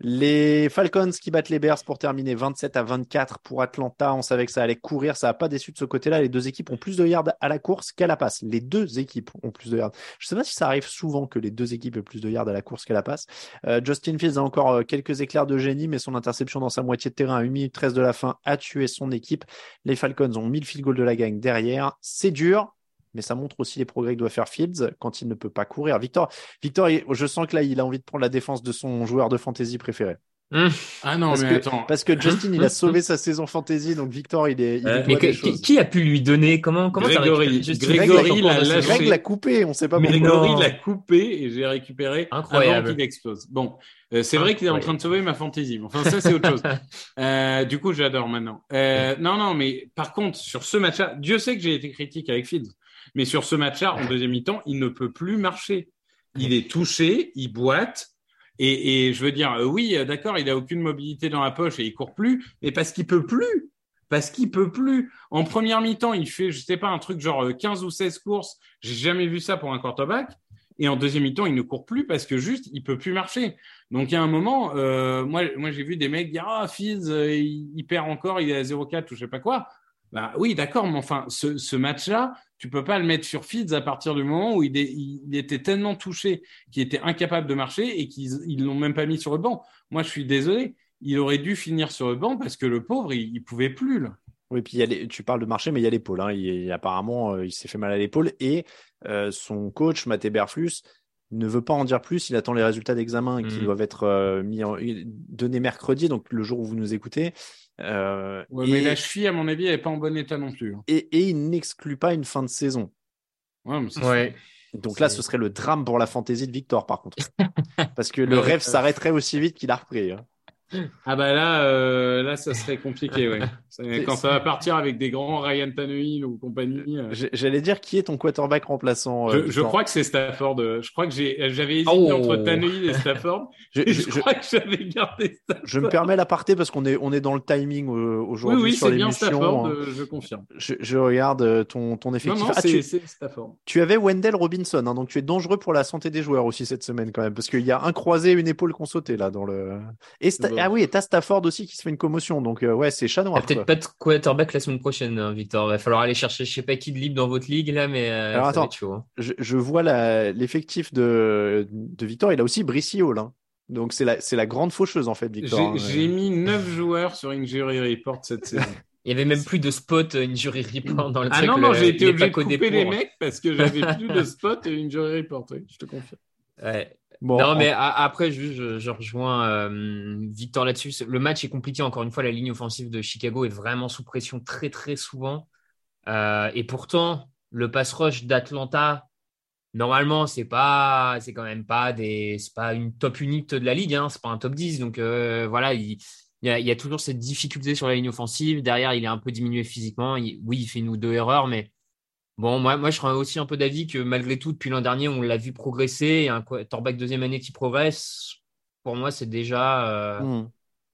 Les Falcons qui battent les Bears pour terminer vingt-sept à vingt-quatre pour Atlanta. On savait que ça allait courir. Ça n'a pas déçu de ce côté-là. Les deux équipes ont plus de yards à la course qu'à la passe. Les deux équipes ont plus de yards. Je ne sais pas si ça arrive souvent que les deux équipes aient plus de yards à la course qu'à la passe. Euh, Justin Fields a encore euh, quelques éclairs de génie, mais son interception dans sa moitié de terrain à une minute treize de la fin a tué son équipe. Les Falcons ont mis le field goal de la gagne derrière. C'est dur. Mais ça montre aussi les progrès que doit faire Fields quand il ne peut pas courir. Victor, Victor, je sens que là, il a envie de prendre la défense de son joueur de fantasy préféré. Hmm. Ah non, Parce mais que, attends. parce que Justin, il a sauvé sa saison fantasy, donc Victor, il est, il Euh, lui Mais doit que- des qui, choses. qui a pu lui donner? Comment, comment t'as Grégory. récupéré Justin Grégory Fields en l'a cours de lâché. saison Greg l'a coupé, on sait pas Mais pourquoi. Grégory non. l'a coupé et j'ai récupéré Incroyable. avant qu'il explose. Bon, euh, c'est vrai qu'il est en train de sauver ma fantasy. Mais enfin, ça, c'est autre chose. Euh, du coup, j'adore maintenant. Euh, non, non, mais par contre, sur ce match-là, Dieu sait que j'ai été critique avec Fields. Mais sur ce match-là, en deuxième mi-temps, il ne peut plus marcher. Il est touché, il boite. Et, et je veux dire, euh, oui, euh, d'accord, il a aucune mobilité dans la poche et il court plus, mais parce qu'il peut plus. Parce qu'il peut plus. En première mi-temps, il fait, je sais pas, un truc genre quinze ou seize courses. J'ai jamais vu ça pour un quarterback. Et en deuxième mi-temps, il ne court plus parce que juste, il peut plus marcher. Donc, il y a un moment, euh, moi, moi, j'ai vu des mecs dire, ah, Fields, euh, il, il perd encore, il est à zéro quatre ou je sais pas quoi. Bah oui, d'accord, mais enfin, ce, ce match-là, tu peux pas le mettre sur Fields à partir du moment où il, est, il, il était tellement touché qu'il était incapable de marcher et qu'ils ils l'ont même pas mis sur le banc. Moi, je suis désolé. Il aurait dû finir sur le banc parce que le pauvre, il, il pouvait plus, là. Oui, puis il y a les- tu parles de marché, mais il y a l'épaule. Hein. Il, il- apparemment, euh, il s'est fait mal à l'épaule et euh, son coach, Matt Eberflus, ne veut pas en dire plus. Il attend les résultats d'examen qui Mhm. doivent être euh, mis en, donnés mercredi, donc le jour où vous nous écoutez. Euh, Ouais, et, mais la cheville, à mon avis, elle est pas en bon état non plus. hein. et, et il n'exclut pas une fin de saison. Ouais, mais c'est Ouais. Donc C'est- là, ce serait le drame pour la fantaisie de Victor, par contre. Parce que le Mais, rêve euh, s'arrêterait aussi vite qu'il a repris. Hein. Ah bah là, euh, là, ça serait compliqué, ouais. C'est- Quand C'est- ça va partir avec des grands Ryan Tannehill ou compagnie. euh, J'ai- J'allais dire qui est ton quarterback remplaçant. euh, Je, je Victor crois que c'est Stafford. euh, Je crois que j'ai, j'avais hésité Oh. entre Tannehill et Stafford. Je- Et je- je, je- crois que j'avais gardé Stafford. Je me permets l'aparté parce qu'on est, on est dans le timing euh, Oui, aujourd'hui oui, sur c'est bien l'émission. Stafford, hein. euh, je confirme. Je, je regarde euh, ton, ton Non, effectif. non, Ah, c'est, tu, c'est Stafford. tu avais Wendell Robinson, hein, donc tu es dangereux pour la santé des joueurs aussi cette semaine quand même, parce qu'il y a un croisé et une épaule qu'on sauté là dans le. Et Sta- Bon. Ah oui, et t'as Stafford aussi qui se fait une commotion, donc euh, ouais, c'est chat T'as noir. peut-être quoi. pas de quarterback la semaine prochaine, hein, Victor. Va falloir aller chercher je sais pas qui de libre dans votre ligue là, mais euh, Alors, ça attends. va être chaud. hein. Je, je vois la- l'effectif de, de Victor, il a aussi Brissy Hall, hein. Donc c'est la, c'est la grande faucheuse en fait, Victor. J'ai, hein. j'ai mis neuf joueurs sur Injury Report cette saison. Il y avait même plus de spot euh, injury report dans le Ah truc. non, non, le- j'ai été les obligé de pas codés couper les pour. mecs parce que j'avais plus de spot et Injury Report, oui, je te confirme. Ouais. Bon, non, en- mais a- après, je, je, je rejoins euh, Victor là-dessus. Le match est compliqué. Encore une fois, la ligne offensive de Chicago est vraiment sous pression très, très souvent. Euh, et pourtant, le pass rush d'Atlanta, normalement, c'est pas, c'est quand même pas des, c'est pas une top unit de la ligue, hein, c'est pas un top dix. Donc euh, voilà, il, il y a, il y a toujours cette difficulté sur la ligne offensive. Derrière, il est un peu diminué physiquement. Il- oui, il fait une ou deux erreurs, mais bon, moi, moi, je serais aussi un peu d'avis que malgré tout, depuis l'an dernier, on l'a vu progresser. Et un quarterback deuxième année qui progresse, pour moi, c'est déjà, euh, Hmm.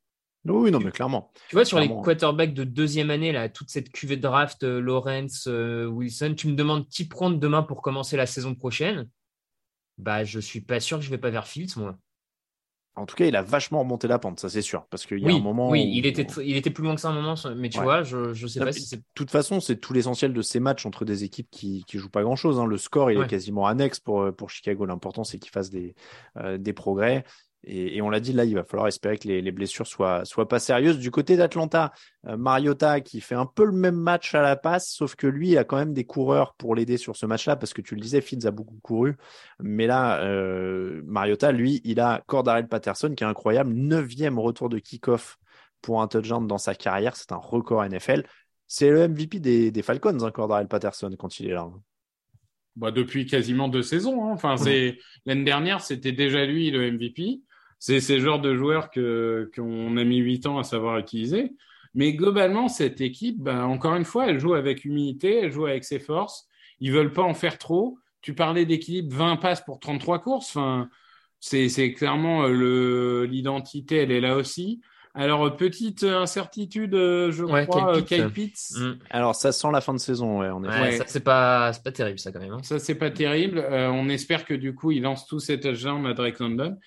Oui, non, mais clairement. Tu vois, sur clairement. les quarterbacks de deuxième année, là, toute cette cuvée de draft, euh, Lawrence, euh, Wilson, tu me demandes qui prendre demain pour commencer la saison prochaine. Bah, je suis pas sûr que je vais pas vers Fields, moi. En tout cas, il a vachement remonté la pente, ça c'est sûr. Parce qu'il y a un Oui, moment oui, où... il était, tr- il était plus loin que ça un moment, mais tu Ouais. vois, je, je sais Non, pas mais si c'est. de toute façon, c'est tout l'essentiel de ces matchs entre des équipes qui qui jouent pas grand-chose, hein. Le score, il est Ouais. quasiment annexe pour pour Chicago. L'important, c'est qu'ils fassent des euh, des progrès. Et, et on l'a dit, là, il va falloir espérer que les, les blessures soient soient pas sérieuses. Du côté d'Atlanta, euh, Mariota qui fait un peu le même match à la passe, sauf que lui, il a quand même des coureurs pour l'aider sur ce match-là, parce que tu le disais, Fields a beaucoup couru. Mais là, euh, Mariota, lui, il a Cordarrelle Patterson qui est incroyable, neuvième retour de kick-off pour un touchdown dans sa carrière. C'est un record N F L. C'est le M V P des, des Falcons, hein, Cordarrelle Patterson, quand il est là. Bah, depuis quasiment deux saisons. Hein. Enfin, c'est l'année dernière, c'était déjà lui le M V P. C'est ces genres de joueurs que qu'on a mis huit ans à savoir utiliser. Mais globalement, cette équipe, bah, encore une fois, elle joue avec humilité, elle joue avec ses forces. Ils veulent pas en faire trop. Tu parlais d'équilibre, vingt passes pour trente-trois courses. Enfin, c'est c'est clairement le l'identité, elle est là aussi. Alors, petite incertitude, je Ouais, crois, Kyle Kyle Pitts. Pitts. Mm. Alors, ça sent la fin de saison, ouais, en effet. Ouais, Ouais. ça, c'est pas, c'est pas terrible, ça, quand même. hein. Ça, c'est pas terrible. Euh, on espère que du coup, il lance tous ses touchdowns à Drake London.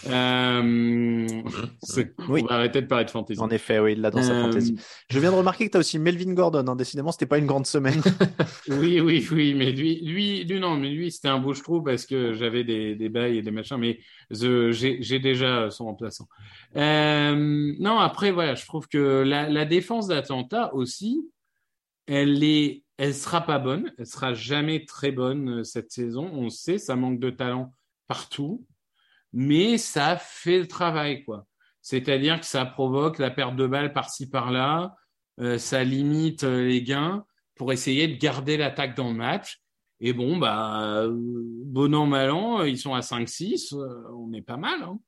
Euh, c'est- Oui. On va arrêter de parler de fantasy. En effet, oui, il l'a dans sa Euh, fantasy. Je viens de remarquer que tu as aussi Melvin Gordon. Hein. Décidément, c'était pas une grande semaine. Oui, oui, oui, mais lui, lui, lui, non, mais lui, c'était un bouche-trou parce que j'avais des, des bails et des machins, mais je- j'ai, j'ai déjà son remplaçant. Euh, non, après, voilà, je trouve que la, la défense d'Atlanta aussi, elle est, elle sera pas bonne, elle sera jamais très bonne euh, cette saison. On sait, ça manque de talent partout, mais ça fait le travail, quoi. C'est-à-dire que ça provoque la perte de balles par-ci par-là, euh, ça limite euh, les gains pour essayer de garder l'attaque dans le match. Et bon, bah, euh, bon an, mal an, ils sont à cinq six, euh, on est pas mal, hein.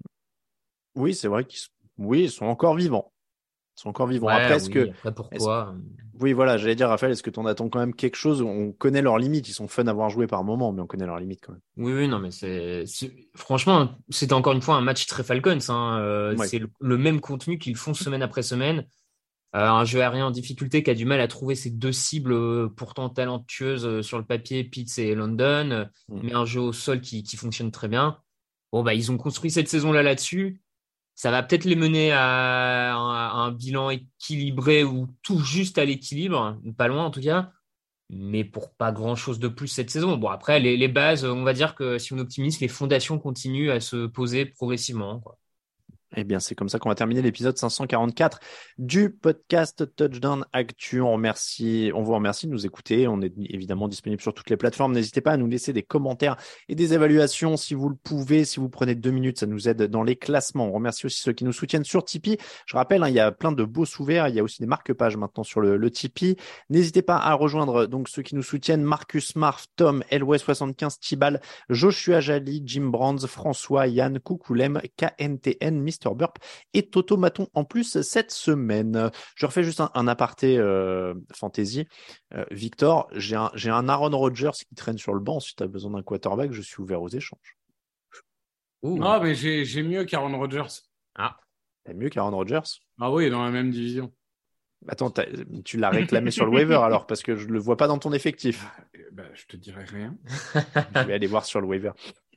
Oui, c'est vrai qu'ils oui, ils sont encore vivants. Ils sont encore vivants. Ouais, Après, est-ce oui, que... après, est-ce- pourquoi? Oui, voilà, j'allais dire, Raphaël, est-ce que tu en attends quand même quelque chose? On connaît leurs limites. Ils sont fun à voir jouer par moment, mais on connaît leurs limites quand même. Oui, oui, non, mais c'est, c'est- franchement, c'était encore une fois un match très Falcons. Hein. Euh, Ouais. C'est le, le même contenu qu'ils font semaine après semaine. Euh, un jeu aérien en difficulté qui a du mal à trouver ses deux cibles euh, pourtant talentueuses euh, sur le papier, Pitts et London, euh, Mm. mais un jeu au sol qui, qui fonctionne très bien. Bon, bah, ils ont construit cette saison-là là-dessus. Ça va peut-être les mener à un, à un bilan équilibré ou tout juste à l'équilibre, pas loin en tout cas, mais pour pas grand-chose de plus cette saison. Bon, après, les, les bases, on va dire que si on optimise, les fondations continuent à se poser progressivement, quoi. Eh bien, c'est comme ça qu'on va terminer l'épisode cinq cent quarante-quatre du podcast Touchdown Actu. On remercie, on vous remercie de nous écouter. On est évidemment disponible sur toutes les plateformes. N'hésitez pas à nous laisser des commentaires et des évaluations si vous le pouvez. Si vous prenez deux minutes, ça nous aide dans les classements. On remercie aussi ceux qui nous soutiennent sur Tipeee. Je rappelle, hein, il y a plein de beaux sous-verts. Il y a aussi des marque-pages maintenant sur le, le Tipeee. N'hésitez pas à rejoindre donc ceux qui nous soutiennent: Marcus Marf, Tom, L W soixante-quinze, Tibal, Joshua Jali, Jim Brands, François, Yann, Coucoulem, K N T N, Mister Burp et Toto Maton en plus cette semaine. Je refais juste un, un aparté euh, fantasy. Euh, Victor, j'ai un, j'ai un Aaron Rodgers qui traîne sur le banc. Si tu as besoin d'un quarterback, je suis ouvert aux échanges. Ouh. Non, mais j'ai, j'ai mieux qu'Aaron Rodgers. Ah. T'as mieux qu'Aaron Rodgers? Ah oui, dans la même division. Attends, t'as- tu l'as réclamé sur le waiver alors, parce que je le vois pas dans ton effectif. Euh, bah, je te dirai rien. Je vais aller voir sur le waiver.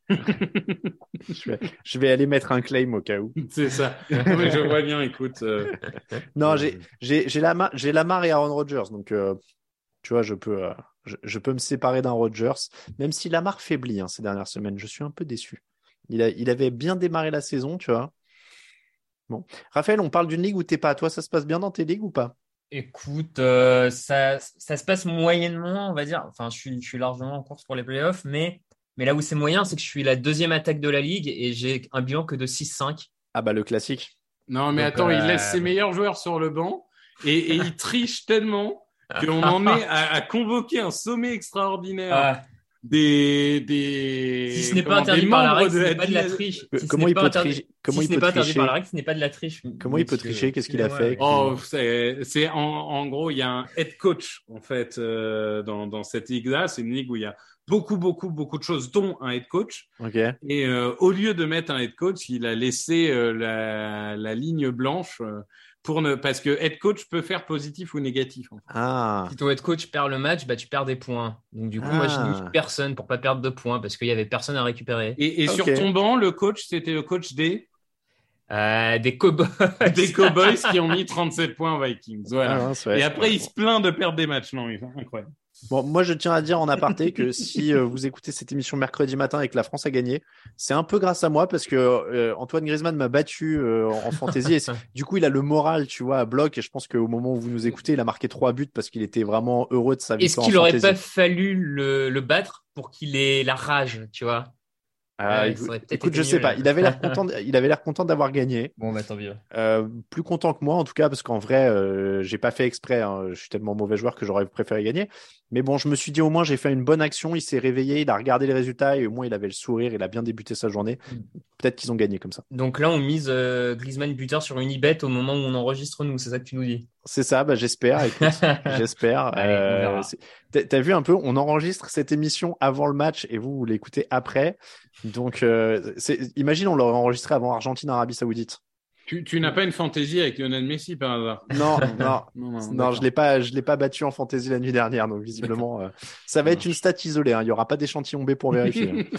je, vais, je vais aller mettre un claim au cas où. C'est ça. Non, mais je vois bien, écoute. euh, Non, euh, j'ai, j'ai, j'ai, Lamar, j'ai Lamar et Aaron Rodgers, donc euh, tu vois, je peux, euh, je, je peux me séparer d'un Rodgers, même si Lamar faiblit hein, ces dernières semaines. Je suis un peu déçu. Il, a, il avait bien démarré la saison, tu vois. Bon, Raphaël, on parle d'une ligue où t'es pas. Toi, ça se passe bien dans tes ligues ou pas? Écoute, euh, ça, ça se passe moyennement, on va dire. Enfin, je suis, je suis largement en course pour les playoffs, mais, mais là où c'est moyen, c'est que je suis la deuxième attaque de la ligue et j'ai un bilan que de six cinq. Ah bah le classique. Non, mais Donc, attends, il euh, laisse ses meilleurs joueurs sur le banc et, et il triche tellement qu'on en est à, à convoquer un sommet extraordinaire Ah, des, des, si ce n'est pas comment, interdit des par la membres règle, ce de n'est la pas de la dynastie. triche. Que- Si ce comment n'est il pas peut interdit- tricher- comment si il ce n'est peut pas interdit tricher par la règle, ce n'est pas de la triche. Comment il peut monsieur. tricher? Qu'est-ce qu'il a Excusez-moi, fait? mais- Oh, c'est, c'est en, en gros, il y a un head coach en fait euh, dans, dans cette ligue-là. C'est une ligue où il y a beaucoup, beaucoup, beaucoup de choses, dont un head coach. Okay. Et euh, au lieu de mettre un head coach, il a laissé euh, la, la ligne blanche euh, pour ne, parce que head coach peut faire positif ou négatif. En fait. Ah. Si ton head coach perd le match, bah, tu perds des points. Donc, du coup, Ah. moi, j'ai mis personne pour pas perdre de points parce qu'il y avait personne à récupérer. Et, et Okay. sur ton banc, le coach, c'était le coach des, euh, des Cowboys. des Cowboys qui ont mis trente-sept points aux Vikings. Voilà. Ah, non, ouais, et après, ouais. il se plaint de perdre des matchs. Non, mais c'est incroyable. Bon, moi, je tiens à dire en aparté que si euh, vous écoutez cette émission mercredi matin et que la France a gagné, c'est un peu grâce à moi parce que euh, Antoine Griezmann m'a battu euh, en fantasy et du coup, il a le moral, tu vois, à bloc. Et je pense qu'au moment où vous nous écoutez, il a marqué trois buts parce qu'il était vraiment heureux de sa Est-ce victoire. qu'il en aurait fantasy. pas fallu le, le battre pour qu'il ait la rage, tu vois? Euh, Ouais, écoute, ça aurait peut-être écoute, été je sais mieux, pas. là. Il avait l'air content. d- Il avait l'air content d'avoir gagné. Bon, bah, tant mieux. Euh, plus content que moi en tout cas parce qu'en vrai, euh, j'ai pas fait exprès. Hein. Je suis tellement mauvais joueur que j'aurais préféré gagner. Mais bon, je me suis dit au moins j'ai fait une bonne action. Il s'est réveillé, il a regardé les résultats et au moins il avait le sourire. Il a bien débuté sa journée. Peut-être qu'ils ont gagné comme ça. Donc là, on mise euh, Griezmann buteur sur une ibet au moment où on enregistre nous. C'est ça que tu nous dis? C'est ça. Bah j'espère. Écoute, j'espère. Allez, on verra. c'est- T'as t'as vu un peu, on enregistre cette émission avant le match et vous, vous l'écoutez après. Donc, euh, c'est... imagine, on l'aurait enregistré avant Argentine-Arabie Saoudite. Tu, tu n'as pas une fantaisie avec Lionel Messi par hasard? Non, non, Non, non, non, d'accord. je l'ai pas, je l'ai pas battu en fantasy la nuit dernière, donc visiblement, euh, ça va être une stat isolée. Hein. Il y aura pas d'échantillon B pour vérifier.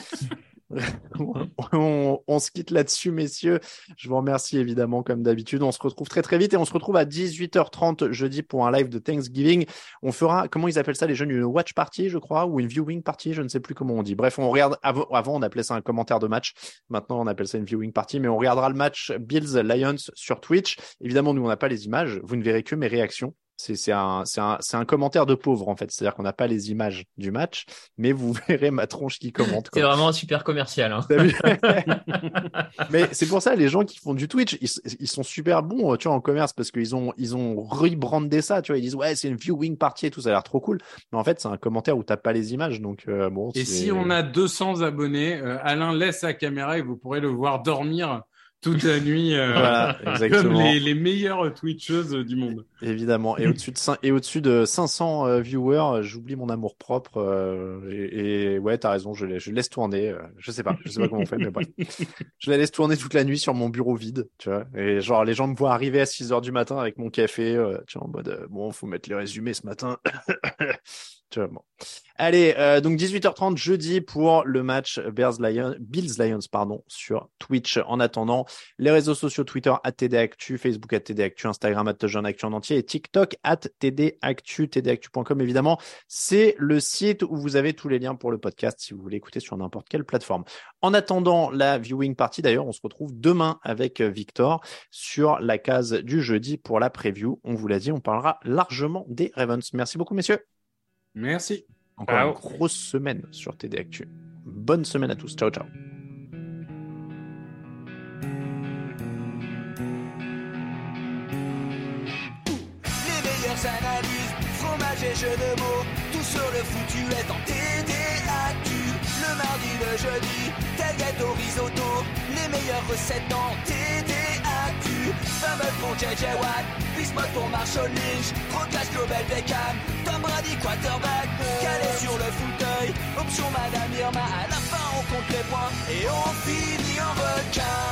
on, on se quitte là-dessus, messieurs. Je vous remercie évidemment, comme d'habitude. On se retrouve très très vite et on se retrouve à dix-huit heures trente jeudi pour un live de Thanksgiving. On fera, comment ils appellent ça les jeunes, une watch party, je crois, ou une viewing party, je ne sais plus comment on dit. Bref, on regarde. Avant, avant on appelait ça un commentaire de match. Maintenant, on appelle ça une viewing party, mais on regardera le match Bills Lions sur Twitch. Évidemment, nous on n'a pas les images. Vous ne verrez que mes réactions. C'est, c'est, un, c'est, un, c'est un commentaire de pauvre, en fait. C'est-à-dire qu'on n'a pas les images du match, mais vous verrez ma tronche qui commente. C'est Quoi. vraiment un super commercial. Hein. T'as vu Mais c'est pour ça, les gens qui font du Twitch, ils, ils sont super bons, tu vois, en commerce, parce qu'ils ont, ils ont rebrandé ça, tu vois. Ils disent, ouais, c'est une viewing party et tout, ça a l'air trop cool. Mais en fait, c'est un commentaire où t'as pas les images, donc euh, bon. Et c'est... si on a deux cents abonnés, euh, Alain laisse sa caméra et vous pourrez le voir dormir toute la nuit, euh, Voilà, comme exactement. les, les meilleures Twitcheuses du monde. Évidemment. Et au-dessus de, cin- et au-dessus de cinq cents euh, viewers, euh, j'oublie mon amour propre. Euh, et, et ouais, t'as raison, je, la- je laisse tourner. Euh, je sais pas, je sais pas comment on fait, mais bref. Je la laisse tourner toute la nuit sur mon bureau vide, tu vois. Et genre, les gens me voient arriver à six heures du matin avec mon café, euh, tu vois, en mode, euh, bon, faut mettre les résumés ce matin. Tu vois, bon. Allez, euh, donc dix-huit heures trente jeudi pour le match Bears Lions, Bills Lions, pardon, sur Twitch. En attendant, les réseaux sociaux Twitter at T D Actu, Facebook at T D Actu, Instagram at Touchdown Actu en entier et TikTok at T D Actu, T D Actu point com évidemment. C'est le site où vous avez tous les liens pour le podcast si vous voulez écouter sur n'importe quelle plateforme. En attendant la viewing party, d'ailleurs, on se retrouve demain avec Victor sur la case du jeudi pour la preview. On vous l'a dit, on parlera largement des Ravens. Merci beaucoup, messieurs. Merci. Encore Ciao. une grosse semaine sur T D Actu. Bonne semaine à tous. Ciao, ciao. Les meilleures analyses, fromage et jeux de mots, tout sur le foutu est en T D Actu. Le mardi, le jeudi, tel gâteau risotto, les meilleures recettes en T D Actu. Fumble pour J J Watt, Bismuth pour Marshall Lynch, Rocklash Global Beckham, Tom Brady quarterback, calé sur le fauteuil, option Madame Irma, à la fin on compte les points et on finit en requin.